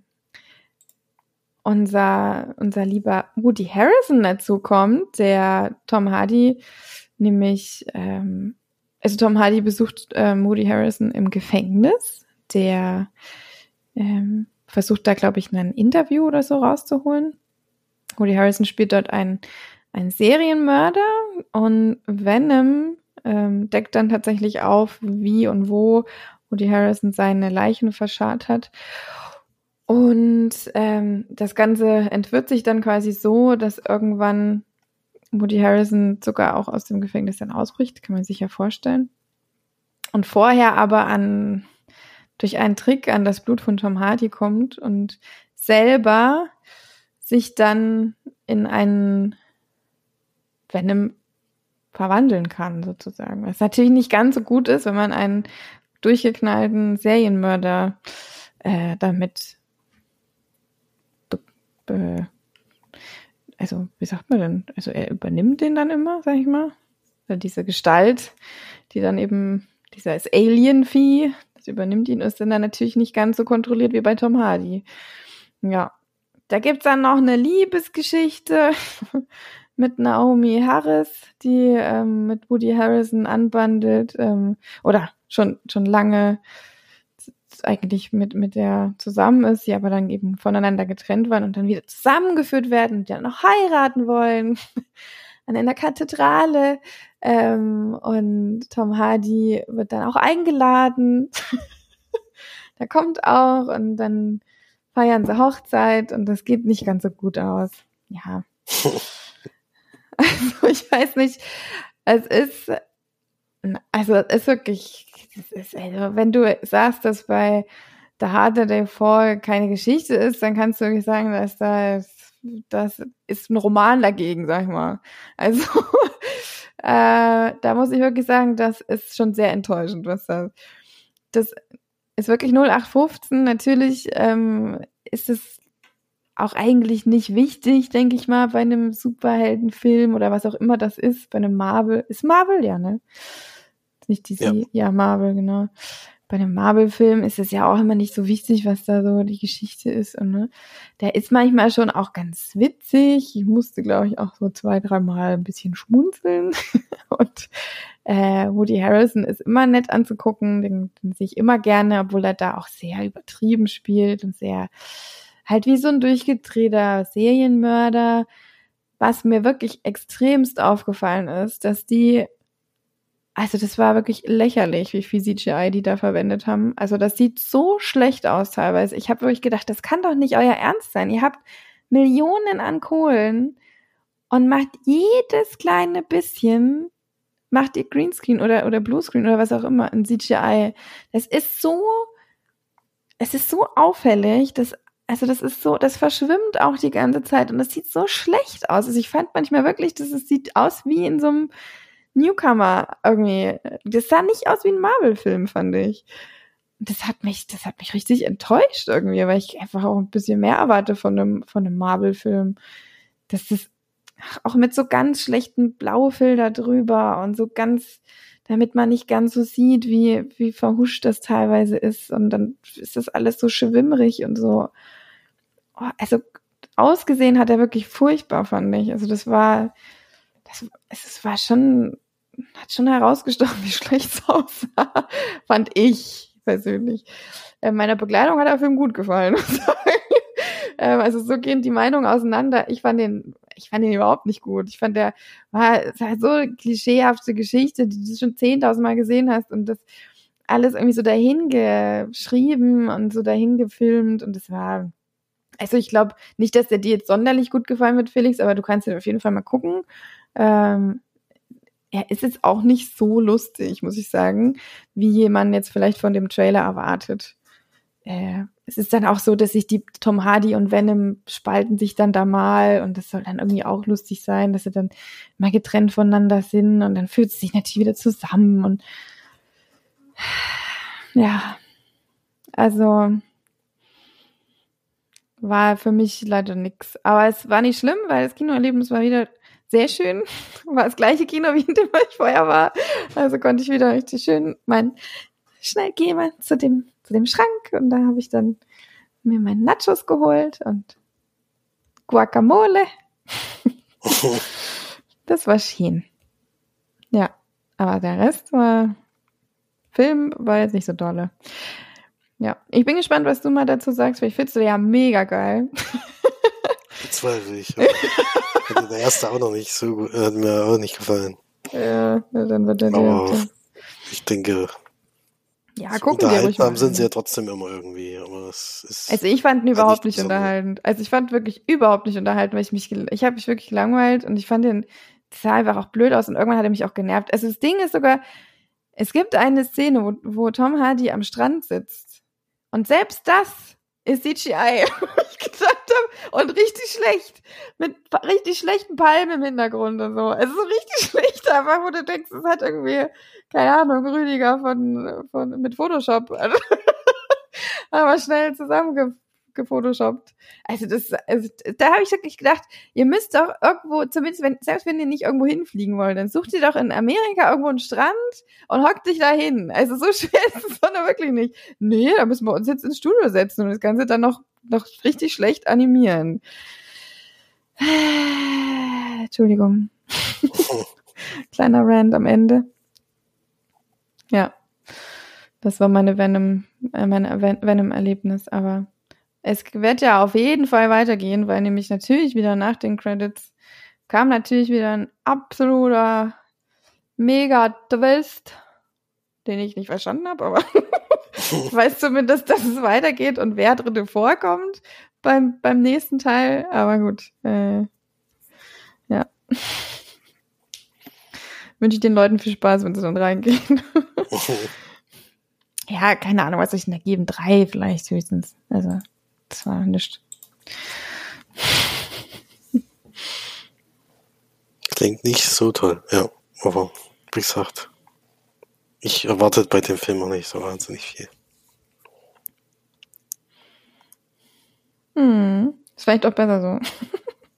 unser, unser lieber Woody Harrelson dazu kommt, der Tom Hardy nämlich, ähm, also Tom Hardy besucht ähm, Woody Harrelson im Gefängnis, der ähm, versucht da, glaube ich, ein Interview oder so rauszuholen. Woody Harrelson spielt dort einen, einen Serienmörder und Venom ähm, deckt dann tatsächlich auf, wie und wo Woody Harrelson seine Leichen verscharrt hat. Und ähm, das Ganze entwirrt sich dann quasi so, dass irgendwann Woody Harrelson sogar auch aus dem Gefängnis dann ausbricht, kann man sich ja vorstellen. Und vorher aber an durch einen Trick an das Blut von Tom Hardy kommt und selber sich dann in einen Venom verwandeln kann, sozusagen. Was natürlich nicht ganz so gut ist, wenn man einen durchgeknallten Serienmörder äh, damit be- be- also, wie sagt man denn? Also er übernimmt den dann immer, sag ich mal. Oder diese Gestalt, die dann eben, dieser ist Alien-Vieh, das übernimmt ihn, ist dann, dann natürlich nicht ganz so kontrolliert wie bei Tom Hardy. Ja, da gibt's dann noch eine Liebesgeschichte mit Naomi Harris, die ähm, mit Woody Harrelson anbandelt, ähm, oder schon schon lange eigentlich mit mit der zusammen ist, die aber dann eben voneinander getrennt waren und dann wieder zusammengeführt werden und die dann noch heiraten wollen an einer Kathedrale, ähm, und Tom Hardy wird dann auch eingeladen. Da kommt auch und dann feiern sie Hochzeit und das geht nicht ganz so gut aus. Ja. Also ich weiß nicht, es ist, also es ist wirklich, es ist, also wenn du sagst, dass bei The Harder They Fall keine Geschichte ist, dann kannst du wirklich sagen, dass da ist, das ist ein Roman dagegen, sag ich mal. Also äh, da muss ich wirklich sagen, das ist schon sehr enttäuschend, was da, das ist wirklich null acht fünfzehn. Natürlich ähm, ist es auch eigentlich nicht wichtig, denke ich mal, bei einem Superheldenfilm oder was auch immer das ist, bei einem Marvel. Ist Marvel, ja, ne? Nicht D C, ja, ja Marvel, genau. Bei einem Marvel-Film ist es ja auch immer nicht so wichtig, was da so die Geschichte ist. Und ne, der ist manchmal schon auch ganz witzig. Ich musste, glaube ich, auch so zwei, dreimal ein bisschen schmunzeln. Und äh, Woody Harrelson ist immer nett anzugucken. Den, den sehe ich immer gerne, obwohl er da auch sehr übertrieben spielt und sehr halt wie so ein durchgedrehter Serienmörder. Was mir wirklich extremst aufgefallen ist, dass die, also das war wirklich lächerlich, wie viel C G I die da verwendet haben. Also das sieht so schlecht aus teilweise. Ich habe wirklich gedacht, das kann doch nicht euer Ernst sein. Ihr habt Millionen an Kohlen und macht jedes kleine bisschen, macht ihr Greenscreen oder, oder Bluescreen oder was auch immer in C G I. Das ist so, es ist so auffällig, dass Also das ist so, das verschwimmt auch die ganze Zeit und das sieht so schlecht aus. Also ich fand manchmal wirklich, dass es sieht aus wie in so einem Newcomer irgendwie. Das sah nicht aus wie ein Marvel-Film, fand ich. Das hat mich, das hat mich richtig enttäuscht irgendwie, weil ich einfach auch ein bisschen mehr erwarte von einem, von einem Marvel-Film. Das ist auch mit so ganz schlechten Blaufilter drüber und so ganz, damit man nicht ganz so sieht, wie, wie verhuscht das teilweise ist. Und dann ist das alles so schwimmerig und so. Oh, also ausgesehen hat er wirklich furchtbar, fand ich. Also das war, das, es war schon, hat schon herausgestochen, wie schlecht es aussah, fand ich persönlich. Äh, meiner Begleitung hat der Film gut gefallen. ähm, also so gehen die Meinungen auseinander. Ich fand den, ich fand den überhaupt nicht gut. Ich fand, der war, es war so eine klischeehafte Geschichte, die du schon zehntausend Mal gesehen hast und das alles irgendwie so dahin geschrieben und so dahin gefilmt und das war, also ich glaube nicht, dass der dir jetzt sonderlich gut gefallen wird, Felix, aber du kannst ihn auf jeden Fall mal gucken. Ähm, er ist jetzt auch nicht so lustig, muss ich sagen, wie man jetzt vielleicht von dem Trailer erwartet. Äh, es ist dann auch so, dass sich die Tom Hardy und Venom spalten sich dann da mal und das soll dann irgendwie auch lustig sein, dass sie dann mal getrennt voneinander sind und dann fühlt es sich natürlich wieder zusammen und ja, also war für mich leider nix. Aber es war nicht schlimm, weil das Kinoerlebnis war wieder sehr schön. War das gleiche Kino, wie in dem ich vorher war. Also konnte ich wieder richtig schön mein schnell gehen wir zu dem, zu dem Schrank und da habe ich dann mir meinen Nachos geholt und Guacamole. Das war schön. Ja, aber der Rest war, Film war jetzt nicht so dolle. Ja, ich bin gespannt, was du mal dazu sagst, weil ich finde es ja mega geil. Bezweifle ich. Hatte der erste auch noch nicht so gut, hat mir auch nicht gefallen. Ja, dann wird der Aber der. ich denke, Ja, so gucken wir ruhig mal. unterhaltsam sind sie ja trotzdem immer irgendwie. Aber es ist Also ich fand ihn überhaupt nicht nicht besonders. unterhaltend. Also ich fand wirklich überhaupt nicht unterhaltend, weil ich mich, gel- ich habe mich wirklich gelangweilt und ich fand den, das sah einfach auch blöd aus und irgendwann hat er mich auch genervt. Also das Ding ist sogar, es gibt eine Szene, wo, wo Tom Hardy am Strand sitzt und selbst das ist C G I, wo ich gedacht habe, und richtig schlecht, mit pa- richtig schlechten Palmen im Hintergrund und so. Also so richtig schlecht einfach, wo du denkst, es hat irgendwie, keine Ahnung, Rüdiger von, von mit Photoshop. Also, aber schnell zusammengefotoshoppt. Also das, also da habe ich wirklich gedacht, ihr müsst doch irgendwo, zumindest wenn, selbst wenn ihr nicht irgendwo hinfliegen wollt, dann sucht ihr doch in Amerika irgendwo einen Strand und hockt dich da hin. Also so schwer ist es doch noch wirklich nicht. Nee, da müssen wir uns jetzt ins Studio setzen und das Ganze dann noch, noch richtig schlecht animieren. Entschuldigung. Kleiner Rant am Ende. Ja. Das war meine Venom, äh, meine Ven- Venom-Erlebnis, aber es wird ja auf jeden Fall weitergehen, weil nämlich natürlich wieder nach den Credits kam natürlich wieder ein absoluter Mega-Twist, den ich nicht verstanden habe, aber ich weiß zumindest, dass es weitergeht und wer drin vorkommt beim, beim nächsten Teil, aber gut, äh, ja. Wünsche ich den Leuten viel Spaß, wenn sie dann reingehen. Ja, keine Ahnung, was soll ich denn da geben? Drei vielleicht höchstens. Also, das war nichts. Klingt nicht so toll, ja. Aber wie gesagt, ich erwarte bei dem Film auch nicht so wahnsinnig viel. Hm, ist vielleicht auch besser so.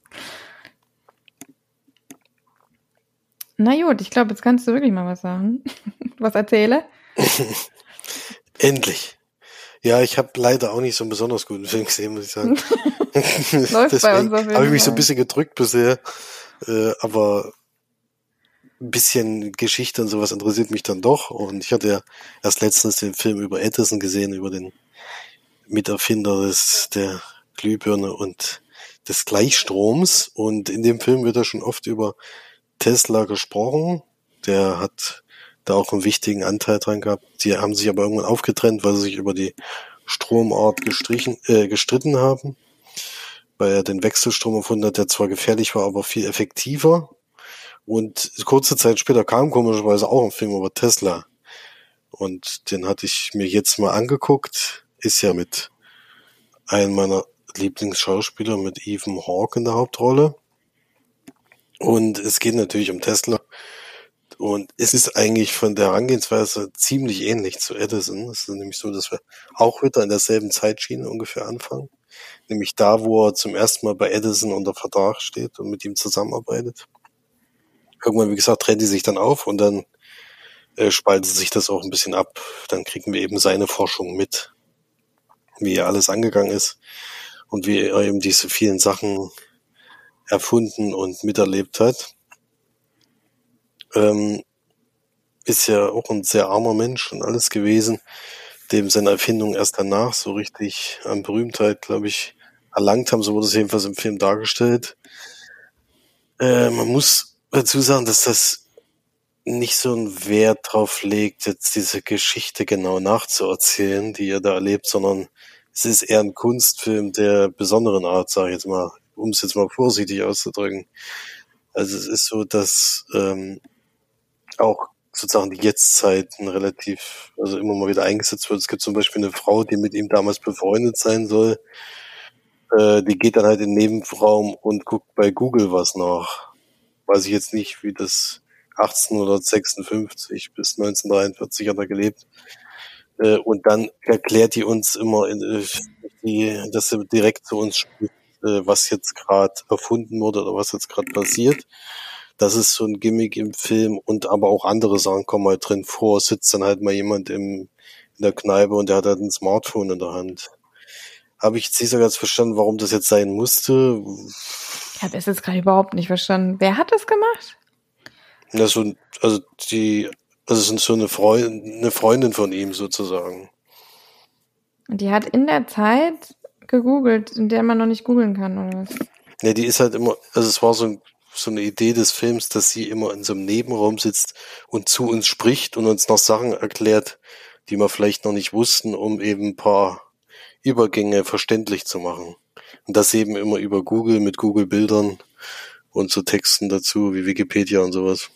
Na gut, ich glaube, jetzt kannst du wirklich mal was sagen. Was erzähle? Endlich. Ja, ich habe leider auch nicht so einen besonders guten Film gesehen, muss ich sagen. Läuft bei uns auf jeden habe ich mich so ein Fall. bisschen gedrückt bisher. Äh, aber ein bisschen Geschichte und sowas interessiert mich dann doch. Und ich hatte ja erst letztens den Film über Edison gesehen, über den Miterfinder des, der Glühbirne und des Gleichstroms. Und in dem Film wird ja schon oft über Tesla gesprochen. Der hat da auch einen wichtigen Anteil dran gehabt. Die haben sich aber irgendwann aufgetrennt, weil sie sich über die Stromart gestrichen, äh, gestritten haben. Weil er den Wechselstrom erfunden hat, der zwar gefährlich war, aber viel effektiver. Und kurze Zeit später kam komischerweise auch ein Film über Tesla. Und den hatte ich mir jetzt mal angeguckt. Ist ja mit einem meiner Lieblingsschauspieler, mit Ethan Hawke in der Hauptrolle. Und es geht natürlich um Tesla. Und es ist eigentlich von der Herangehensweise ziemlich ähnlich zu Edison. Es ist nämlich so, dass wir auch wieder in derselben Zeitschiene ungefähr anfangen. Nämlich da, wo er zum ersten Mal bei Edison unter Vertrag steht und mit ihm zusammenarbeitet. Irgendwann, wie gesagt, trennt die sich dann auf und dann äh, spaltet sich das auch ein bisschen ab. Dann kriegen wir eben seine Forschung mit, wie er alles angegangen ist und wie er eben diese vielen Sachen erfunden und miterlebt hat. Ähm, ist ja auch ein sehr armer Mensch und alles gewesen, dem seine Erfindungen erst danach so richtig an Berühmtheit, glaube ich, erlangt haben. So wurde es jedenfalls im Film dargestellt. Äh, man muss dazu sagen, dass das nicht so einen Wert drauf legt, jetzt diese Geschichte genau nachzuerzählen, die er da erlebt, sondern es ist eher ein Kunstfilm der besonderen Art, sage ich jetzt mal, um es jetzt mal vorsichtig auszudrücken. Also es ist so, dass ähm, auch sozusagen die Jetztzeiten relativ, also immer mal wieder eingesetzt wird. Es gibt zum Beispiel eine Frau, die mit ihm damals befreundet sein soll. Äh, die geht dann halt in den Nebenraum und guckt bei Google was nach. Weiß ich jetzt nicht, wie das achtzehnhundertsechsundfünfzig bis neunzehnhundertdreiundvierzig hat er gelebt. Äh, und dann erklärt die uns immer, in, die, dass sie direkt zu uns spricht. äh, was jetzt gerade erfunden wurde oder was jetzt gerade passiert. Das ist so ein Gimmick im Film und aber auch andere Sachen kommen halt drin vor. Sitzt dann halt mal jemand im, in der Kneipe und der hat halt ein Smartphone in der Hand. Habe ich jetzt nicht so ganz verstanden, warum das jetzt sein musste. Ich habe es jetzt gerade überhaupt nicht verstanden. Wer hat das gemacht? Ja, so, also die, also es ist so eine Freundin, eine Freundin von ihm sozusagen. Und die hat in der Zeit gegoogelt, in der man noch nicht googeln kann, oder was? Ja, die ist halt immer, also es war so, ein, so eine Idee des Films, dass sie immer in so einem Nebenraum sitzt und zu uns spricht und uns noch Sachen erklärt, die wir vielleicht noch nicht wussten, um eben ein paar Übergänge verständlich zu machen. Und das eben immer über Google mit Google-Bildern und so Texten dazu, wie Wikipedia und sowas.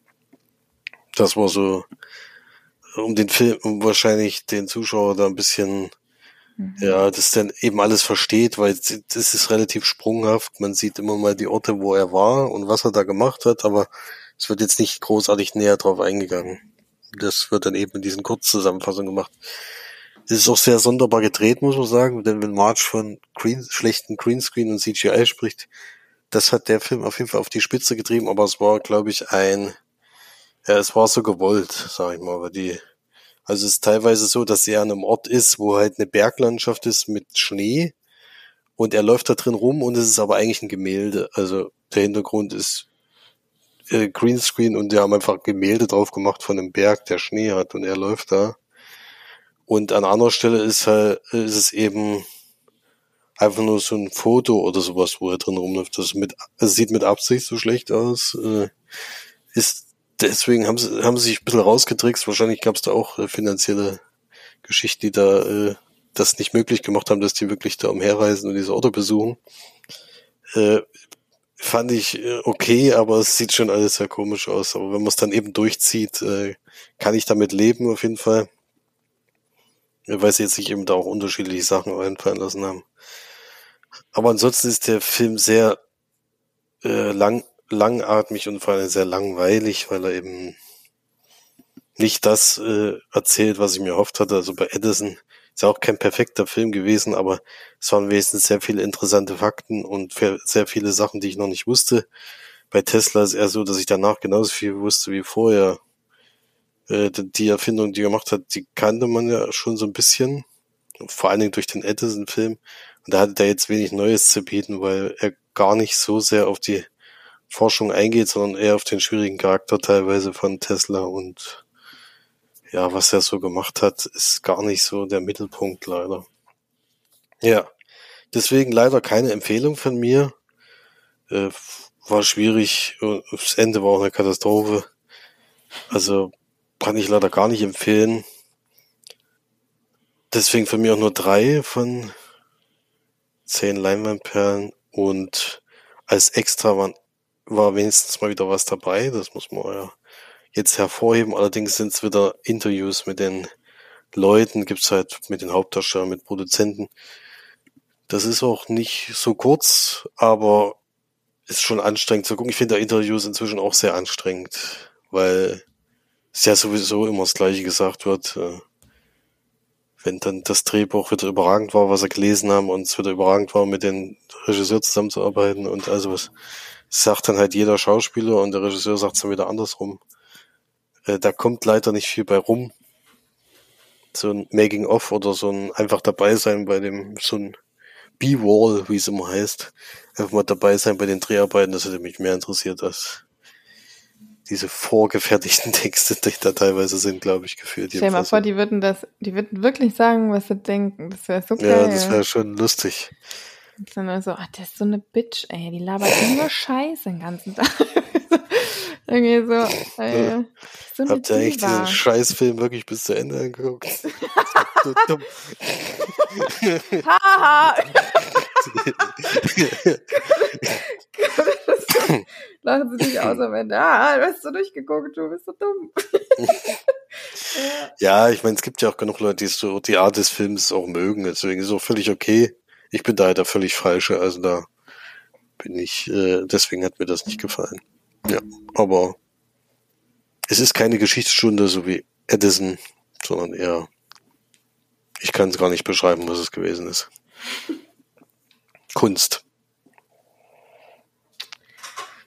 Das war so, um den Film, um wahrscheinlich den Zuschauer da ein bisschen, mhm. ja, das dann eben alles versteht, weil das ist relativ sprunghaft. Man sieht immer mal die Orte, wo er war und was er da gemacht hat, aber es wird jetzt nicht großartig näher drauf eingegangen. Das wird dann eben in diesen Kurzzusammenfassungen gemacht. Es ist auch sehr sonderbar gedreht, muss man sagen, denn wenn Marge von Green, schlechten Greenscreen und C G I spricht, das hat der Film auf jeden Fall auf die Spitze getrieben, aber es war, glaube ich, ein, ja, es war so gewollt, sag ich mal, weil die, also es ist teilweise so, dass er an einem Ort ist, wo halt eine Berglandschaft ist mit Schnee und er läuft da drin rum und es ist aber eigentlich ein Gemälde, also der Hintergrund ist äh, Greenscreen und die haben einfach Gemälde drauf gemacht von einem Berg, der Schnee hat und er läuft da. Und an anderer Stelle ist halt, ist es eben einfach nur so ein Foto oder sowas, wo er drin rumläuft. Das mit, es sieht mit Absicht so schlecht aus. Äh, ist, deswegen haben sie, haben sie sich ein bisschen rausgetrickst. Wahrscheinlich gab es da auch äh, finanzielle Geschichten, die da äh, das nicht möglich gemacht haben, dass die wirklich da umherreisen und diese Orte besuchen. Äh, fand ich äh, okay, aber es sieht schon alles sehr komisch aus. Aber wenn man es dann eben durchzieht, äh, kann ich damit leben auf jeden Fall. Weil sie jetzt sich eben da auch unterschiedliche Sachen einfallen lassen haben. Aber ansonsten ist der Film sehr äh, lang, langatmig und vor allem sehr langweilig, weil er eben nicht das äh, erzählt, was ich mir erhofft hatte. Also bei Edison ist ja auch kein perfekter Film gewesen, aber es waren wenigstens sehr viele interessante Fakten und sehr viele Sachen, die ich noch nicht wusste. Bei Tesla ist es eher so, dass ich danach genauso viel wusste wie vorher. Die Erfindung, die er gemacht hat, die kannte man ja schon so ein bisschen, vor allen Dingen durch den Edison-Film. Und da hatte er jetzt wenig Neues zu bieten, weil er gar nicht so sehr auf die Forschung eingeht, sondern eher auf den schwierigen Charakter teilweise von Tesla. Und ja, was er so gemacht hat, ist gar nicht so der Mittelpunkt leider. Ja, deswegen leider keine Empfehlung von mir. Äh, war schwierig, das Ende war auch eine Katastrophe. Also kann ich leider gar nicht empfehlen. Deswegen für mich auch nur drei von zehn Leinwandperlen. Und als Extra war, war wenigstens mal wieder was dabei. Das muss man ja jetzt hervorheben. Allerdings sind es wieder Interviews mit den Leuten. Gibt's halt mit den Hauptdarstellern, mit Produzenten. Das ist auch nicht so kurz, aber ist schon anstrengend zu gucken. Ich finde Interviews inzwischen auch sehr anstrengend, weil es ja sowieso immer das Gleiche gesagt wird. Wenn dann das Drehbuch wieder überragend war, was wir gelesen haben, und es wieder überragend war, mit dem Regisseur zusammenzuarbeiten und also was sagt dann halt jeder Schauspieler und der Regisseur sagt es dann wieder andersrum. Da kommt leider nicht viel bei rum. So ein Making-of oder so ein einfach dabei sein bei dem, so ein B-Wall, wie es immer heißt. Einfach mal dabei sein bei den Dreharbeiten, das hätte mich mehr interessiert als diese vorgefertigten Texte, die da teilweise sind, glaube ich, gefühlt. Stell dir mal vor, die würden das, die würden wirklich sagen, was sie denken. Das wäre so geil. Ja, das wäre schon lustig. Und dann so, ach, das ist so eine Bitch, ey, die labert nur Scheiße den ganzen Tag. Irgendwie so, ey, so eine Habt ihr eigentlich Diva. diesen Scheißfilm wirklich bis zu Ende angeguckt? Das ist so dumm. Haha! Lachen sie dich aus am Ende. Ah, du hast so durchgeguckt, du bist so dumm. Ja, ich meine, es gibt ja auch genug Leute, die so die Art des Films auch mögen, deswegen ist es auch völlig okay. Ich bin da halt der völlig Falsche, also da bin ich, äh, deswegen hat mir das nicht gefallen. Ja, aber es ist keine Geschichtsstunde, so wie Edison, sondern eher, ich kann es gar nicht beschreiben, was es gewesen ist. Kunst.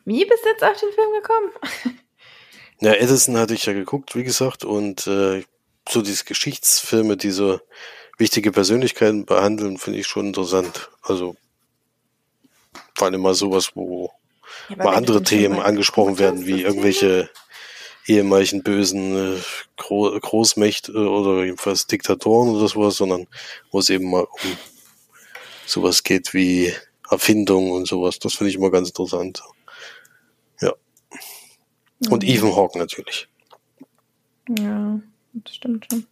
Wie bist du jetzt auf den Film gekommen? Ja, Edison hatte ich ja geguckt, wie gesagt, und äh, so diese Geschichtsfilme, die so wichtige Persönlichkeiten behandeln, finde ich schon interessant. Also vor allem mal sowas, wo Ja, aber mal wenn du andere den schon Themen mal angesprochen geguckt werden, hast, wie das irgendwelche ehemaligen bösen äh, Gro Großmächte oder jedenfalls Diktatoren oder sowas, sondern wo es eben mal um sowas geht wie Erfindung und sowas. Das finde ich immer ganz interessant. Ja. Und Mhm. Ethan Hawke natürlich. Ja, das stimmt schon.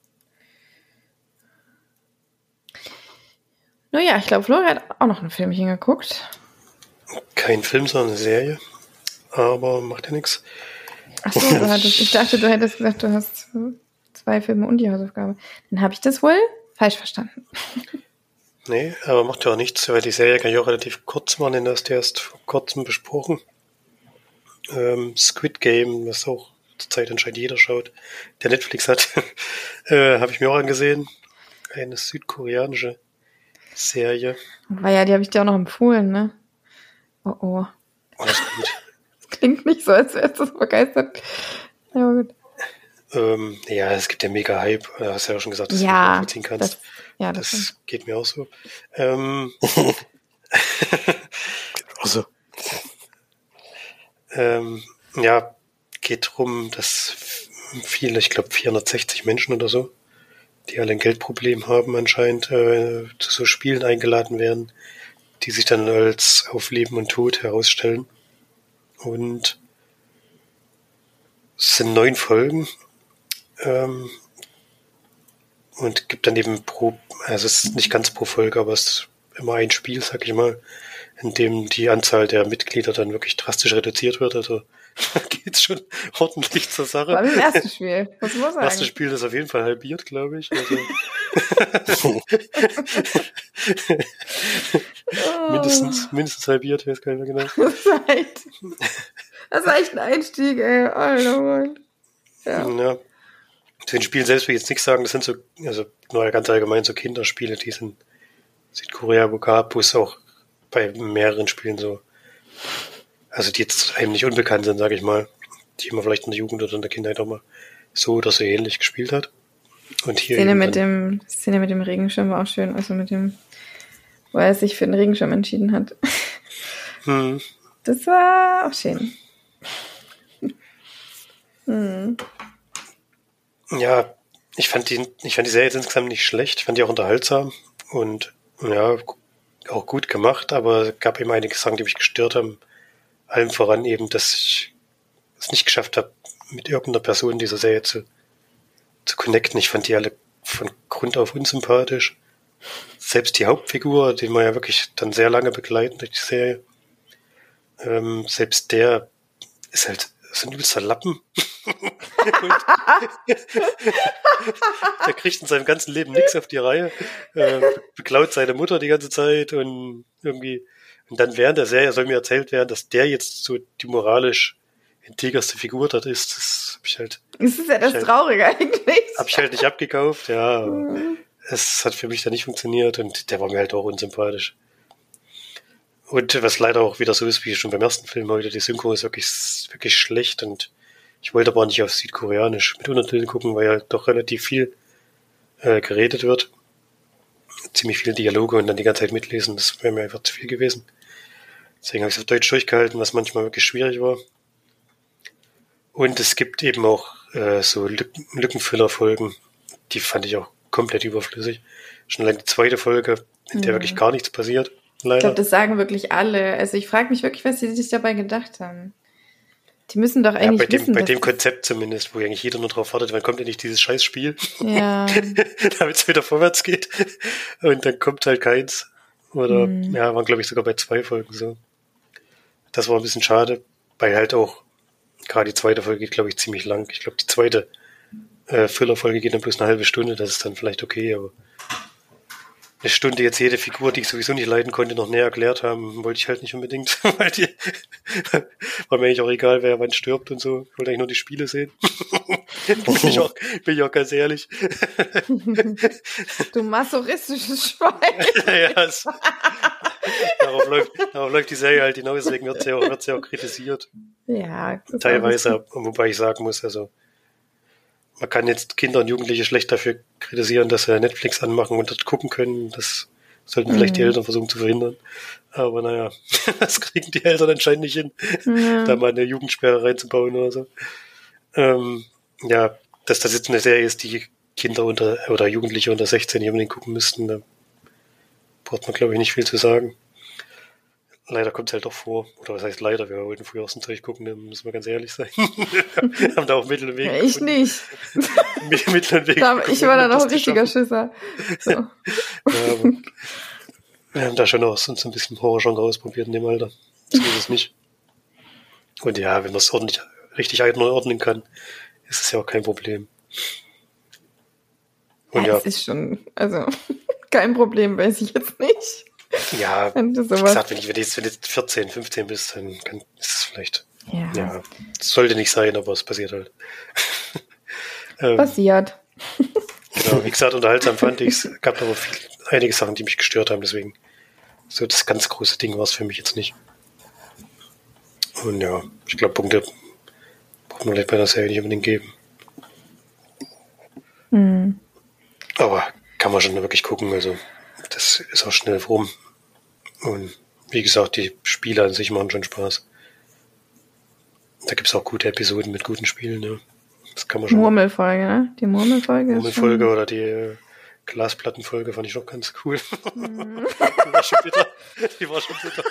Naja, ich glaube, Florian hat auch noch ein Filmchen geguckt. Kein Film, sondern eine Serie. Aber macht ja nichts. Achso, du hattest, ich dachte, du hättest gesagt, du hast zwei Filme und die Hausaufgabe. Dann habe ich das wohl falsch verstanden. Nee, aber macht ja auch nichts, weil die Serie kann ich auch relativ kurz machen, denn das hast du erst vor kurzem besprochen. Ähm, Squid Game, was auch zurzeit anscheinend jeder schaut, der Netflix hat, äh, habe ich mir auch angesehen. Eine südkoreanische Serie. War ja, die habe ich dir auch noch empfohlen, ne? Oh oh. Alles gut. Klingt nicht so, als wärst du so begeistert. Ja, gut. Ähm, ja, es gibt ja mega Hype. Du hast ja auch schon gesagt, dass Ja, du nicht nachvollziehen kannst. das, ja, das, das geht mir auch so. Ähm, Also, ähm, ja, geht drum, dass viele, ich glaube vierhundertsechzig Menschen oder so, die alle ein Geldproblem haben anscheinend, äh, zu so Spielen eingeladen werden, die sich dann als auf Leben und Tod herausstellen. Und es sind neun Folgen. Ähm, und gibt dann eben pro, also es ist nicht ganz pro Folge, aber es ist immer ein Spiel, sag ich mal, in dem die Anzahl der Mitglieder dann wirklich drastisch reduziert wird. Also da geht's schon ordentlich zur Sache. Vor allem im ersten Spiel, muss man Das erste sagen. Spiel ist auf jeden Fall halbiert, glaube ich. Also Oh. mindestens, mindestens halbiert, ich weiß gar nicht mehr genau. Das ist echt, das ist echt ein Einstieg, ey. Oh Mann. Ja. Ja. Zu den Spielen selbst will ich jetzt nichts sagen, das sind so, also nur ganz allgemein so Kinderspiele, die es in Südkorea wo gab, wo es auch bei mehreren Spielen so, also die jetzt einem nicht unbekannt sind, sage ich mal, die man vielleicht in der Jugend oder in der Kindheit auch mal so oder so ähnlich gespielt hat. Und hier Szene eben mit dann, dem, Szene mit dem Regenschirm war auch schön, also mit dem, wo er sich für den Regenschirm entschieden hat. hm, Das war auch schön. Hm. ja, ich fand die, ich fand die Serie jetzt insgesamt nicht schlecht, ich fand die auch unterhaltsam und ja, auch gut gemacht, aber es gab eben einige Sachen, die mich gestört haben. Allem voran eben, dass ich es nicht geschafft habe, mit irgendeiner Person dieser Serie zu, zu connecten. Ich fand die alle von Grund auf unsympathisch. Selbst die Hauptfigur, den wir ja wirklich dann sehr lange begleiten durch die Serie, ähm, selbst der ist halt so ein übelster Lappen. Und der kriegt in seinem ganzen Leben nichts auf die Reihe, äh, beklaut seine Mutter die ganze Zeit und irgendwie, und dann während der Serie soll mir erzählt werden, dass der jetzt so die moralisch integerste Figur dort ist. Das hab ich halt, Das ist ja das halt, Traurige eigentlich. hab ich halt nicht abgekauft, ja, aber Mhm. es hat für mich dann nicht funktioniert und der war mir halt auch unsympathisch. Und was leider auch wieder so ist, wie schon beim ersten Film heute, die Synchro ist wirklich, wirklich schlecht und ich wollte aber nicht auf Südkoreanisch mit Untertiteln gucken, weil ja doch relativ viel äh, geredet wird. Ziemlich viele Dialoge und dann die ganze Zeit mitlesen, das wäre mir einfach zu viel gewesen. Deswegen habe ich es auf Deutsch durchgehalten, was manchmal wirklich schwierig war. Und es gibt eben auch äh, so Lücken, Lückenfüller-Folgen, die fand ich auch komplett überflüssig. Schon allein die zweite Folge, in der Mhm. wirklich gar nichts passiert, Ich leider. glaube, das sagen wirklich alle. Also ich frage mich wirklich, was sie sich dabei gedacht haben. Die müssen doch Ja, eigentlich bei dem, wissen, bei dass dem das- Konzept zumindest, wo eigentlich jeder nur drauf wartet, wann kommt denn nicht dieses Scheißspiel, Ja, damit es wieder vorwärts geht. Und dann kommt halt keins. Oder, Mhm. ja, waren glaube ich sogar bei zwei Folgen so. Das war ein bisschen schade, weil halt auch, gerade die zweite Folge geht glaube ich ziemlich lang. Ich glaube die zweite äh, Füllerfolge geht dann bloß eine halbe Stunde, das ist dann vielleicht okay, aber eine Stunde jetzt jede Figur, die ich sowieso nicht leiden konnte, noch näher erklärt haben, wollte ich halt nicht unbedingt, weil die, war mir eigentlich auch egal, wer wann stirbt und so. Ich wollte eigentlich nur die Spiele sehen. bin, ich auch, bin ich auch ganz ehrlich. du masochistisches Schwein. ja, es, darauf, läuft, darauf läuft die Serie halt hinaus, deswegen wird sie auch, wird sie auch kritisiert. Ja. Teilweise, wobei ich sagen muss, also man kann jetzt Kinder und Jugendliche schlecht dafür kritisieren, dass sie Netflix anmachen und das gucken können. Das sollten vielleicht mhm. die Eltern versuchen zu verhindern. Aber naja, das kriegen die Eltern anscheinend nicht hin, ja. da mal eine Jugendsperre reinzubauen oder so. Ähm, ja, dass das jetzt eine Serie ist, die Kinder unter oder Jugendliche unter sechzehn hier unbedingt gucken müssten, da braucht man, glaube ich, nicht viel zu sagen. Leider kommt es halt doch vor. Oder was heißt leider? Wir wollten früher auch so ein Zeug gucken, da müssen wir ganz ehrlich sein. Wir haben da auch Mittel und Wege ja, ich gefunden. Nicht. Mittel und Wege da, ich war dann auch ein richtiger Schisser. So. Ja, aber wir haben da schon auch so ein bisschen Horror-Genre ausprobiert in dem Alter. So ist es nicht. Und ja, wenn man es ordentlich, richtig einordnen kann, ist es ja auch kein Problem. Und ja, ja. Es ist schon, also, kein Problem, weiß ich jetzt nicht. Ja, wie gesagt, wenn ich wenn jetzt, wenn jetzt vierzehn, fünfzehn bist, dann kann, ist es vielleicht, ja, ja es sollte nicht sein, aber es passiert halt. ähm, passiert. Genau, wie gesagt, unterhaltsam fand ich es, gab aber viel, einige Sachen, die mich gestört haben, deswegen so das ganz große Ding war es für mich jetzt nicht. Und ja, ich glaube, Punkte braucht man vielleicht bei der Serie nicht unbedingt geben. Mhm. Aber kann man schon wirklich gucken, also das ist auch schnell rum. Und wie gesagt, die Spiele an sich machen schon Spaß. Da gibt es auch gute Episoden mit guten Spielen, ja. Das kann man schon. Murmelfolge, ne? Die Murmelfolge. Murmelfolge oder die äh, Glasplattenfolge fand ich noch ganz cool. Mm. Die war schon bitter. Die war schon bitter.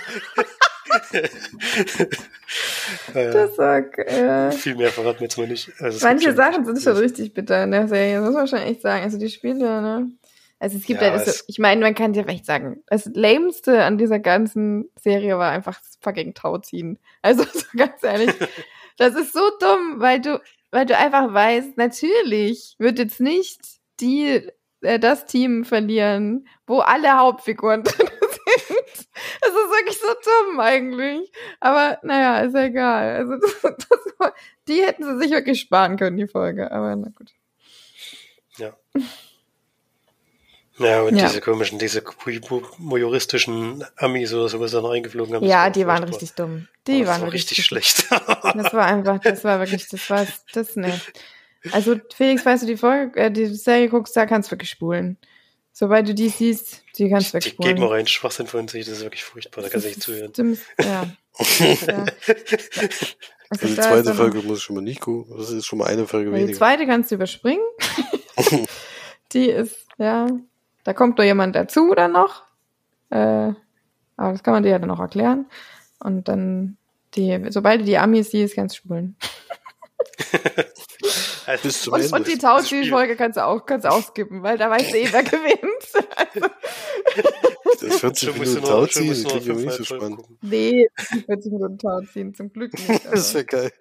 Das war, äh, viel mehr verraten wir jetzt mal nicht. Also manche Sachen sind schon richtig bitter in der Serie, muss man schon echt sagen. Also die Spiele, ne? Also es gibt ja, halt, das, ich meine, man kann dir echt sagen, das Lämste an dieser ganzen Serie war einfach das fucking Tauziehen. Also so ganz ehrlich, das ist so dumm, weil du, weil du einfach weißt, natürlich wird jetzt nicht die, äh, das Team verlieren, wo alle Hauptfiguren drin sind. Das ist wirklich so dumm eigentlich. Aber naja, ist ja egal. Also das, das, die hätten sie sich wirklich sparen können, die Folge. Aber na gut. Ja. Ja, und ja. diese komischen, diese majoristischen Amis oder so, was da noch eingeflogen haben. Ja, die waren richtig dumm. Die waren war richtig schlecht. Das war einfach, das war wirklich, das war, das, ne. Also, Felix, weißt du, die Folge, äh, die Serie guckst, da kannst du wirklich spulen. Sobald du die siehst, die kannst du wirklich spulen. Die geben auch einen Schwachsinn von sich, das ist wirklich furchtbar, da kannst du nicht zuhören. Stimmt, ja. ja. Also die zweite Folge muss ich schon mal nicht gucken, das ist schon mal eine Folge weniger. Die zweite kannst du überspringen. Die ist, ja, da kommt nur jemand dazu dann noch. Äh, aber das kann man dir ja dann noch erklären. Und dann, die, sobald du die Amis siehst, kannst du spulen. Also bis zum und, Ende. und die Tauziehen-Folge kannst du auch, kannst du auch skippen, weil da weißt du eh, wer gewinnt. Also. Das vierzig Minuten Tauziehen, das klingt ja nicht so spannend. Gucken. Nee, vierzig Minuten Tauziehen, zum Glück nicht. Aber. Das wäre geil.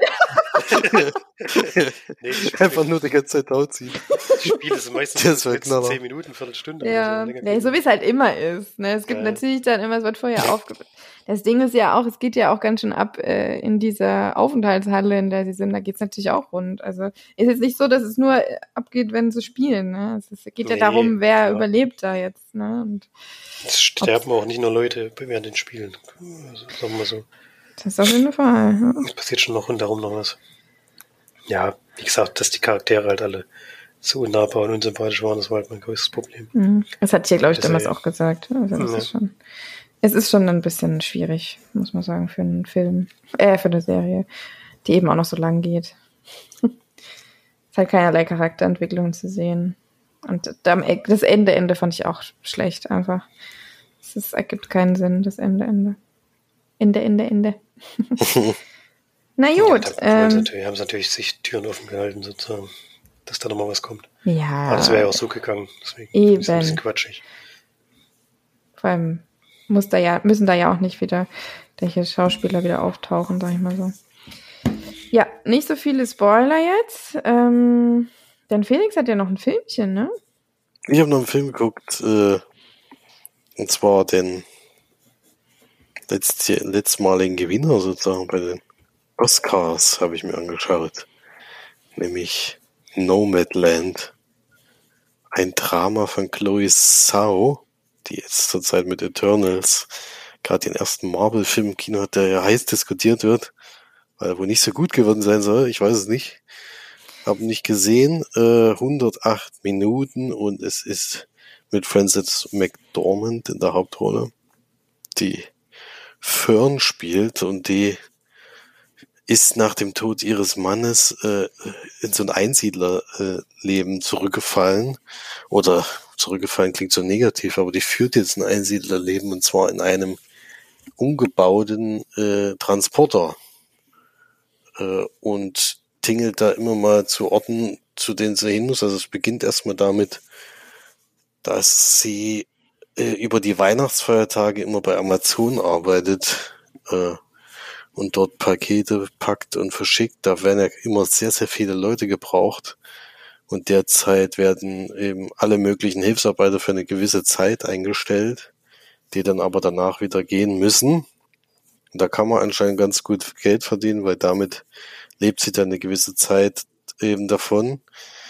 Nee, einfach nur die ganze Zeit Tauziehen. Die Spiele sind meistens das wär zehn Minuten, Viertelstunde. Ja, so, nee, so wie es halt immer ist. Ne? Es gibt ja. natürlich dann immer, es wird vorher aufgebaut. Das Ding ist ja auch, es geht ja auch ganz schön ab äh, in dieser Aufenthaltshalle, in der sie sind. Da geht's natürlich auch rund. Also ist jetzt nicht so, dass es nur abgeht, wenn sie spielen. Ne? Es, ist, es geht nee, ja darum, wer ja. überlebt da jetzt. Ne? Und es sterben auch nicht nur Leute während den Spielen. Also, sagen wir mal so. Das ist auf jeden Fall. Ja. Es passiert schon noch rundherum noch was. Ja, wie gesagt, dass die Charaktere halt alle so unnahbar und unsympathisch waren, das war halt mein größtes Problem. Mhm. Das hatte ich ja, glaube ich, damals ja. auch gesagt. Also das ja. ist schon, es ist schon ein bisschen schwierig, muss man sagen, für einen Film, äh, für eine Serie, die eben auch noch so lang geht. Es ist halt keinerlei Charakterentwicklung zu sehen. Und das Ende, Ende fand ich auch schlecht, einfach. Es ist, ergibt keinen Sinn, das Ende, Ende. Ende, Ende, Ende. Na gut. Ja, ähm, haben sie natürlich sich Türen offen gehalten, sozusagen, dass da nochmal was kommt. Ja. Aber das wäre ja auch so gegangen, deswegen eben. ist es ein bisschen quatschig. Vor allem muss da ja, müssen da ja auch nicht wieder welche Schauspieler wieder auftauchen, sag ich mal so. Ja, nicht so viele Spoiler jetzt. Ähm, denn Felix hat ja noch ein Filmchen, ne? Ich habe noch einen Film geguckt, äh, und zwar den letzt, letztmaligen Gewinner sozusagen bei den Oscars habe ich mir angeschaut. Nämlich Nomadland. Ein Drama von Chloe Zhao, die jetzt zurzeit mit Eternals gerade den ersten Marvel-Film im Kino hat, der ja heiß diskutiert wird, weil er wohl nicht so gut geworden sein soll. Ich weiß es nicht. Hab nicht gesehen. Äh, hundertacht Minuten und es ist mit Frances McDormand in der Hauptrolle, die Fern spielt und die ist nach dem Tod ihres Mannes äh, in so ein Einsiedlerleben äh, zurückgefallen. Oder zurückgefallen klingt so negativ, aber die führt jetzt ein Einsiedlerleben und zwar in einem umgebauten äh, Transporter äh, und tingelt da immer mal zu Orten, zu denen sie hin muss. Also es beginnt erstmal damit, dass sie äh, über die Weihnachtsfeiertage immer bei Amazon arbeitet äh, und dort Pakete packt und verschickt. Da werden ja immer sehr, sehr viele Leute gebraucht. Und derzeit werden eben alle möglichen Hilfsarbeiter für eine gewisse Zeit eingestellt, die dann aber danach wieder gehen müssen. Und da kann man anscheinend ganz gut Geld verdienen, weil damit lebt sie dann eine gewisse Zeit eben davon.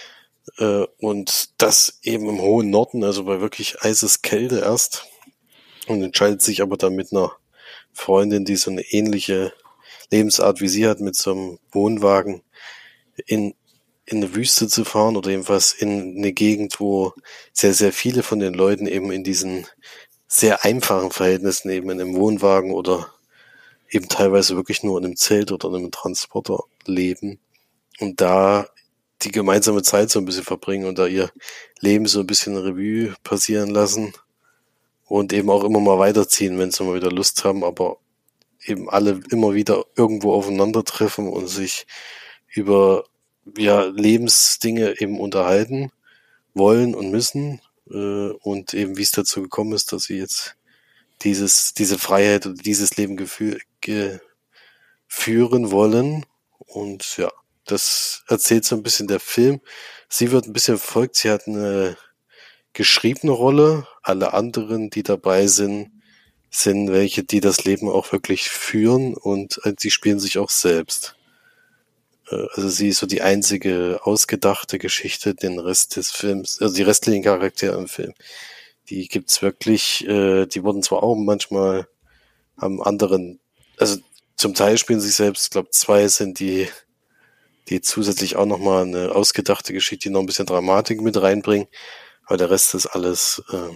Und das eben im hohen Norden, also bei wirklich eises Kälte erst. Und entscheidet sich aber dann mit einer Freundin, die so eine ähnliche Lebensart wie sie hat, mit so einem Wohnwagen in, in eine Wüste zu fahren oder jedenfalls in eine Gegend, wo sehr, sehr viele von den Leuten eben in diesen sehr einfachen Verhältnissen eben in einem Wohnwagen oder eben teilweise wirklich nur in einem Zelt oder in einem Transporter leben und da die gemeinsame Zeit so ein bisschen verbringen und da ihr Leben so ein bisschen Revue passieren lassen und eben auch immer mal weiterziehen, wenn sie mal wieder Lust haben, aber eben alle immer wieder irgendwo aufeinandertreffen und sich über ja Lebensdinge eben unterhalten wollen und müssen äh, und eben wie es dazu gekommen ist, dass sie jetzt dieses diese Freiheit oder dieses Leben gefühl, ge, führen wollen und ja, das erzählt so ein bisschen der Film. Sie wird ein bisschen verfolgt, sie hat eine geschriebene Rolle, alle anderen, die dabei sind, sind welche, die das Leben auch wirklich führen und äh, die spielen sich auch selbst. Äh, also sie ist so die einzige ausgedachte Geschichte, den Rest des Films, also die restlichen Charaktere im Film, die gibt's wirklich, äh, die wurden zwar auch manchmal am anderen, also zum Teil spielen sich selbst, ich glaube zwei sind die, die zusätzlich auch nochmal eine ausgedachte Geschichte, die noch ein bisschen Dramatik mit reinbringen, aber der Rest ist alles äh,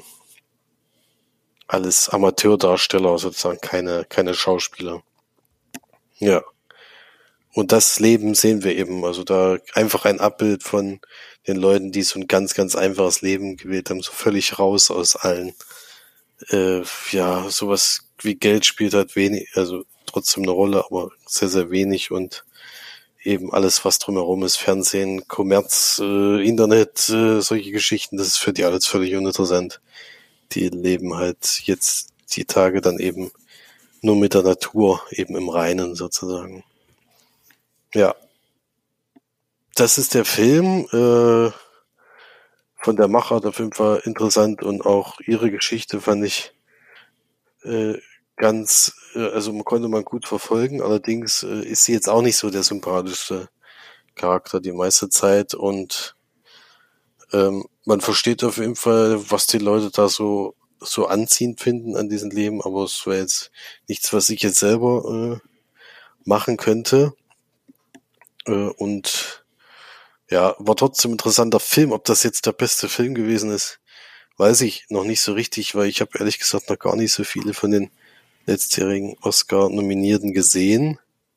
alles Amateurdarsteller, sozusagen keine keine Schauspieler. Ja. Und das Leben sehen wir eben, also da einfach ein Abbild von den Leuten, die so ein ganz, ganz einfaches Leben gewählt haben, so völlig raus aus allen. Äh, ja, sowas wie Geld spielt halt wenig, also trotzdem eine Rolle, aber sehr, sehr wenig und eben alles, was drumherum ist, Fernsehen, Kommerz, äh, Internet, äh, solche Geschichten, das ist für die alles völlig uninteressant. Die leben halt jetzt die Tage dann eben nur mit der Natur, eben im Reinen sozusagen. Ja, das ist der Film. Äh, von der Machart auf jeden Fall interessant und auch ihre Geschichte fand ich äh, ganz, äh, also man konnte man gut verfolgen. Allerdings äh, ist sie jetzt auch nicht so der sympathischste Charakter die meiste Zeit und ähm, man versteht auf jeden Fall, was die Leute da so so anziehend finden an diesem Leben, aber es wäre jetzt nichts, was ich jetzt selber äh, machen könnte. Äh, und ja, war trotzdem ein interessanter Film. Ob das jetzt der beste Film gewesen ist, weiß ich noch nicht so richtig, weil ich habe ehrlich gesagt noch gar nicht so viele von den letztjährigen Oscar-Nominierten gesehen.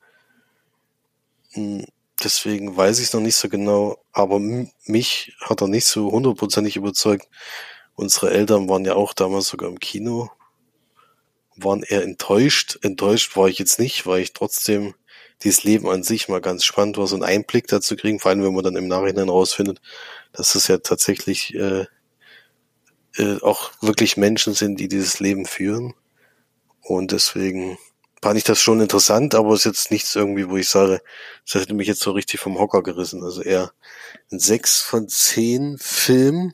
Hm, deswegen weiß ich es noch nicht so genau, aber m- mich hat er nicht so hundertprozentig überzeugt. Unsere Eltern waren ja auch damals sogar im Kino, waren eher enttäuscht. Enttäuscht war ich jetzt nicht, weil ich trotzdem dieses Leben an sich mal ganz spannend war, so einen Einblick dazu kriegen, vor allem wenn man dann im Nachhinein rausfindet, dass es ja tatsächlich äh, äh, auch wirklich Menschen sind, die dieses Leben führen. Und deswegen fand ich das schon interessant, aber es ist jetzt nichts irgendwie, wo ich sage, das hätte mich jetzt so richtig vom Hocker gerissen. Also eher ein sechs von zehn Film.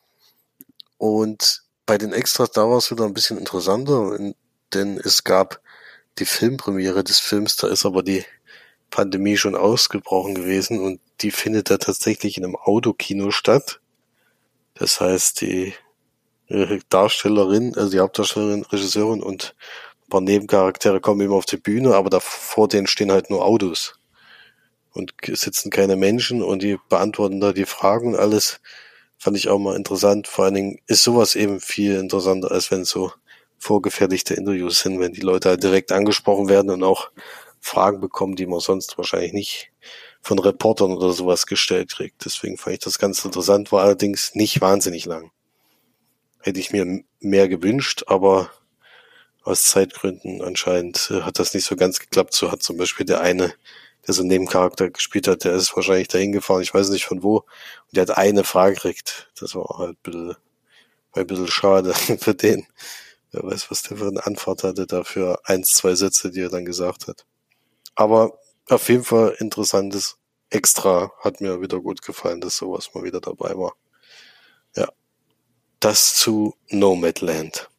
Und bei den Extras, da war es wieder ein bisschen interessanter, denn es gab die Filmpremiere des Films, da ist aber die Pandemie schon ausgebrochen gewesen und die findet da tatsächlich in einem Autokino statt. Das heißt, die äh, Darstellerin, also die Hauptdarstellerin, Regisseurin und paar Nebencharaktere kommen eben auf die Bühne, aber da vor denen stehen halt nur Autos. Und sitzen keine Menschen und die beantworten da die Fragen und alles. Fand ich auch mal interessant. Vor allen Dingen ist sowas eben viel interessanter, als wenn so vorgefertigte Interviews sind, wenn die Leute halt direkt angesprochen werden und auch Fragen bekommen, die man sonst wahrscheinlich nicht von Reportern oder sowas gestellt kriegt. Deswegen fand ich das ganz interessant, war allerdings nicht wahnsinnig lang. Hätte ich mir mehr gewünscht, aber aus Zeitgründen anscheinend äh, hat das nicht so ganz geklappt. So hat zum Beispiel der eine, der so einen Nebencharakter gespielt hat, der ist wahrscheinlich dahin gefahren, ich weiß nicht von wo, und der hat eine Frage gekriegt. Das war halt ein bisschen, ein bisschen schade für den. Wer weiß, was der für eine Anfahrt hatte, dafür eins, zwei Sätze, die er dann gesagt hat. Aber auf jeden Fall interessantes Extra, hat mir wieder gut gefallen, dass sowas mal wieder dabei war. Ja. Das zu Nomadland.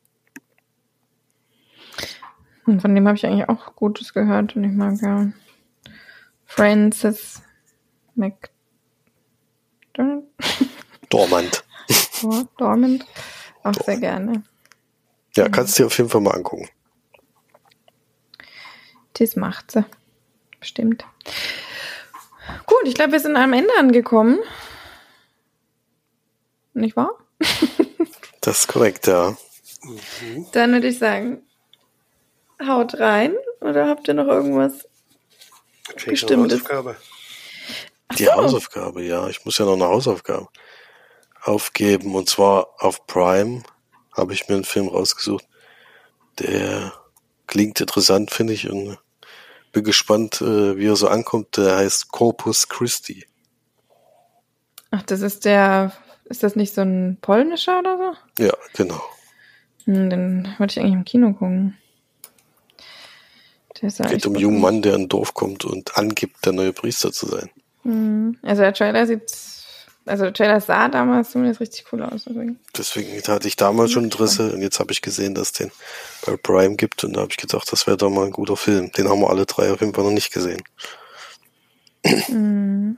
Und von dem habe ich eigentlich auch Gutes gehört und ich mag ja Frances McDormand. Dormand. Dormand. Auch Dormand. Sehr gerne. Ja, kannst du dir auf jeden Fall mal angucken. Das macht sie. Bestimmt. Gut, ich glaube, wir sind am Ende angekommen. Nicht wahr? Das ist korrekt, ja. Mhm. Dann würde ich sagen, haut rein. Oder habt ihr noch irgendwas Bestimmtes? Hausaufgabe. Die so. Hausaufgabe, ja. Ich muss ja noch eine Hausaufgabe aufgeben. Und zwar auf Prime habe ich mir einen Film rausgesucht. Der klingt interessant, finde ich. Und bin gespannt, wie er so ankommt. Der heißt Corpus Christi. Ach, das ist der... Ist das nicht so ein polnischer oder so? Ja, genau. Hm, den wollte ich eigentlich im Kino gucken. Es geht um einen jungen Mann, der in ein Dorf kommt und angibt, der neue Priester zu sein. Hm. Also der Trailer sieht... Also der Trailer sah damals zumindest richtig cool aus. Deswegen, deswegen hatte ich damals schon Interesse und jetzt habe ich gesehen, dass es den bei Prime gibt und da habe ich gedacht, das wäre doch mal ein guter Film. Den haben wir alle drei auf jeden Fall noch nicht gesehen. Hm.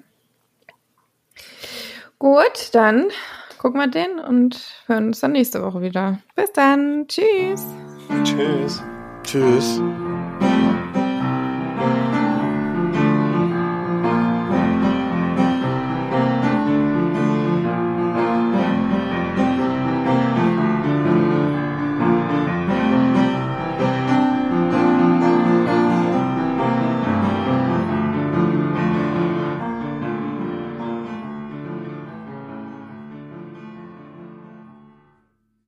Gut, dann gucken wir den und hören uns dann nächste Woche wieder. Bis dann. Tschüss. Tschüss. Tschüss.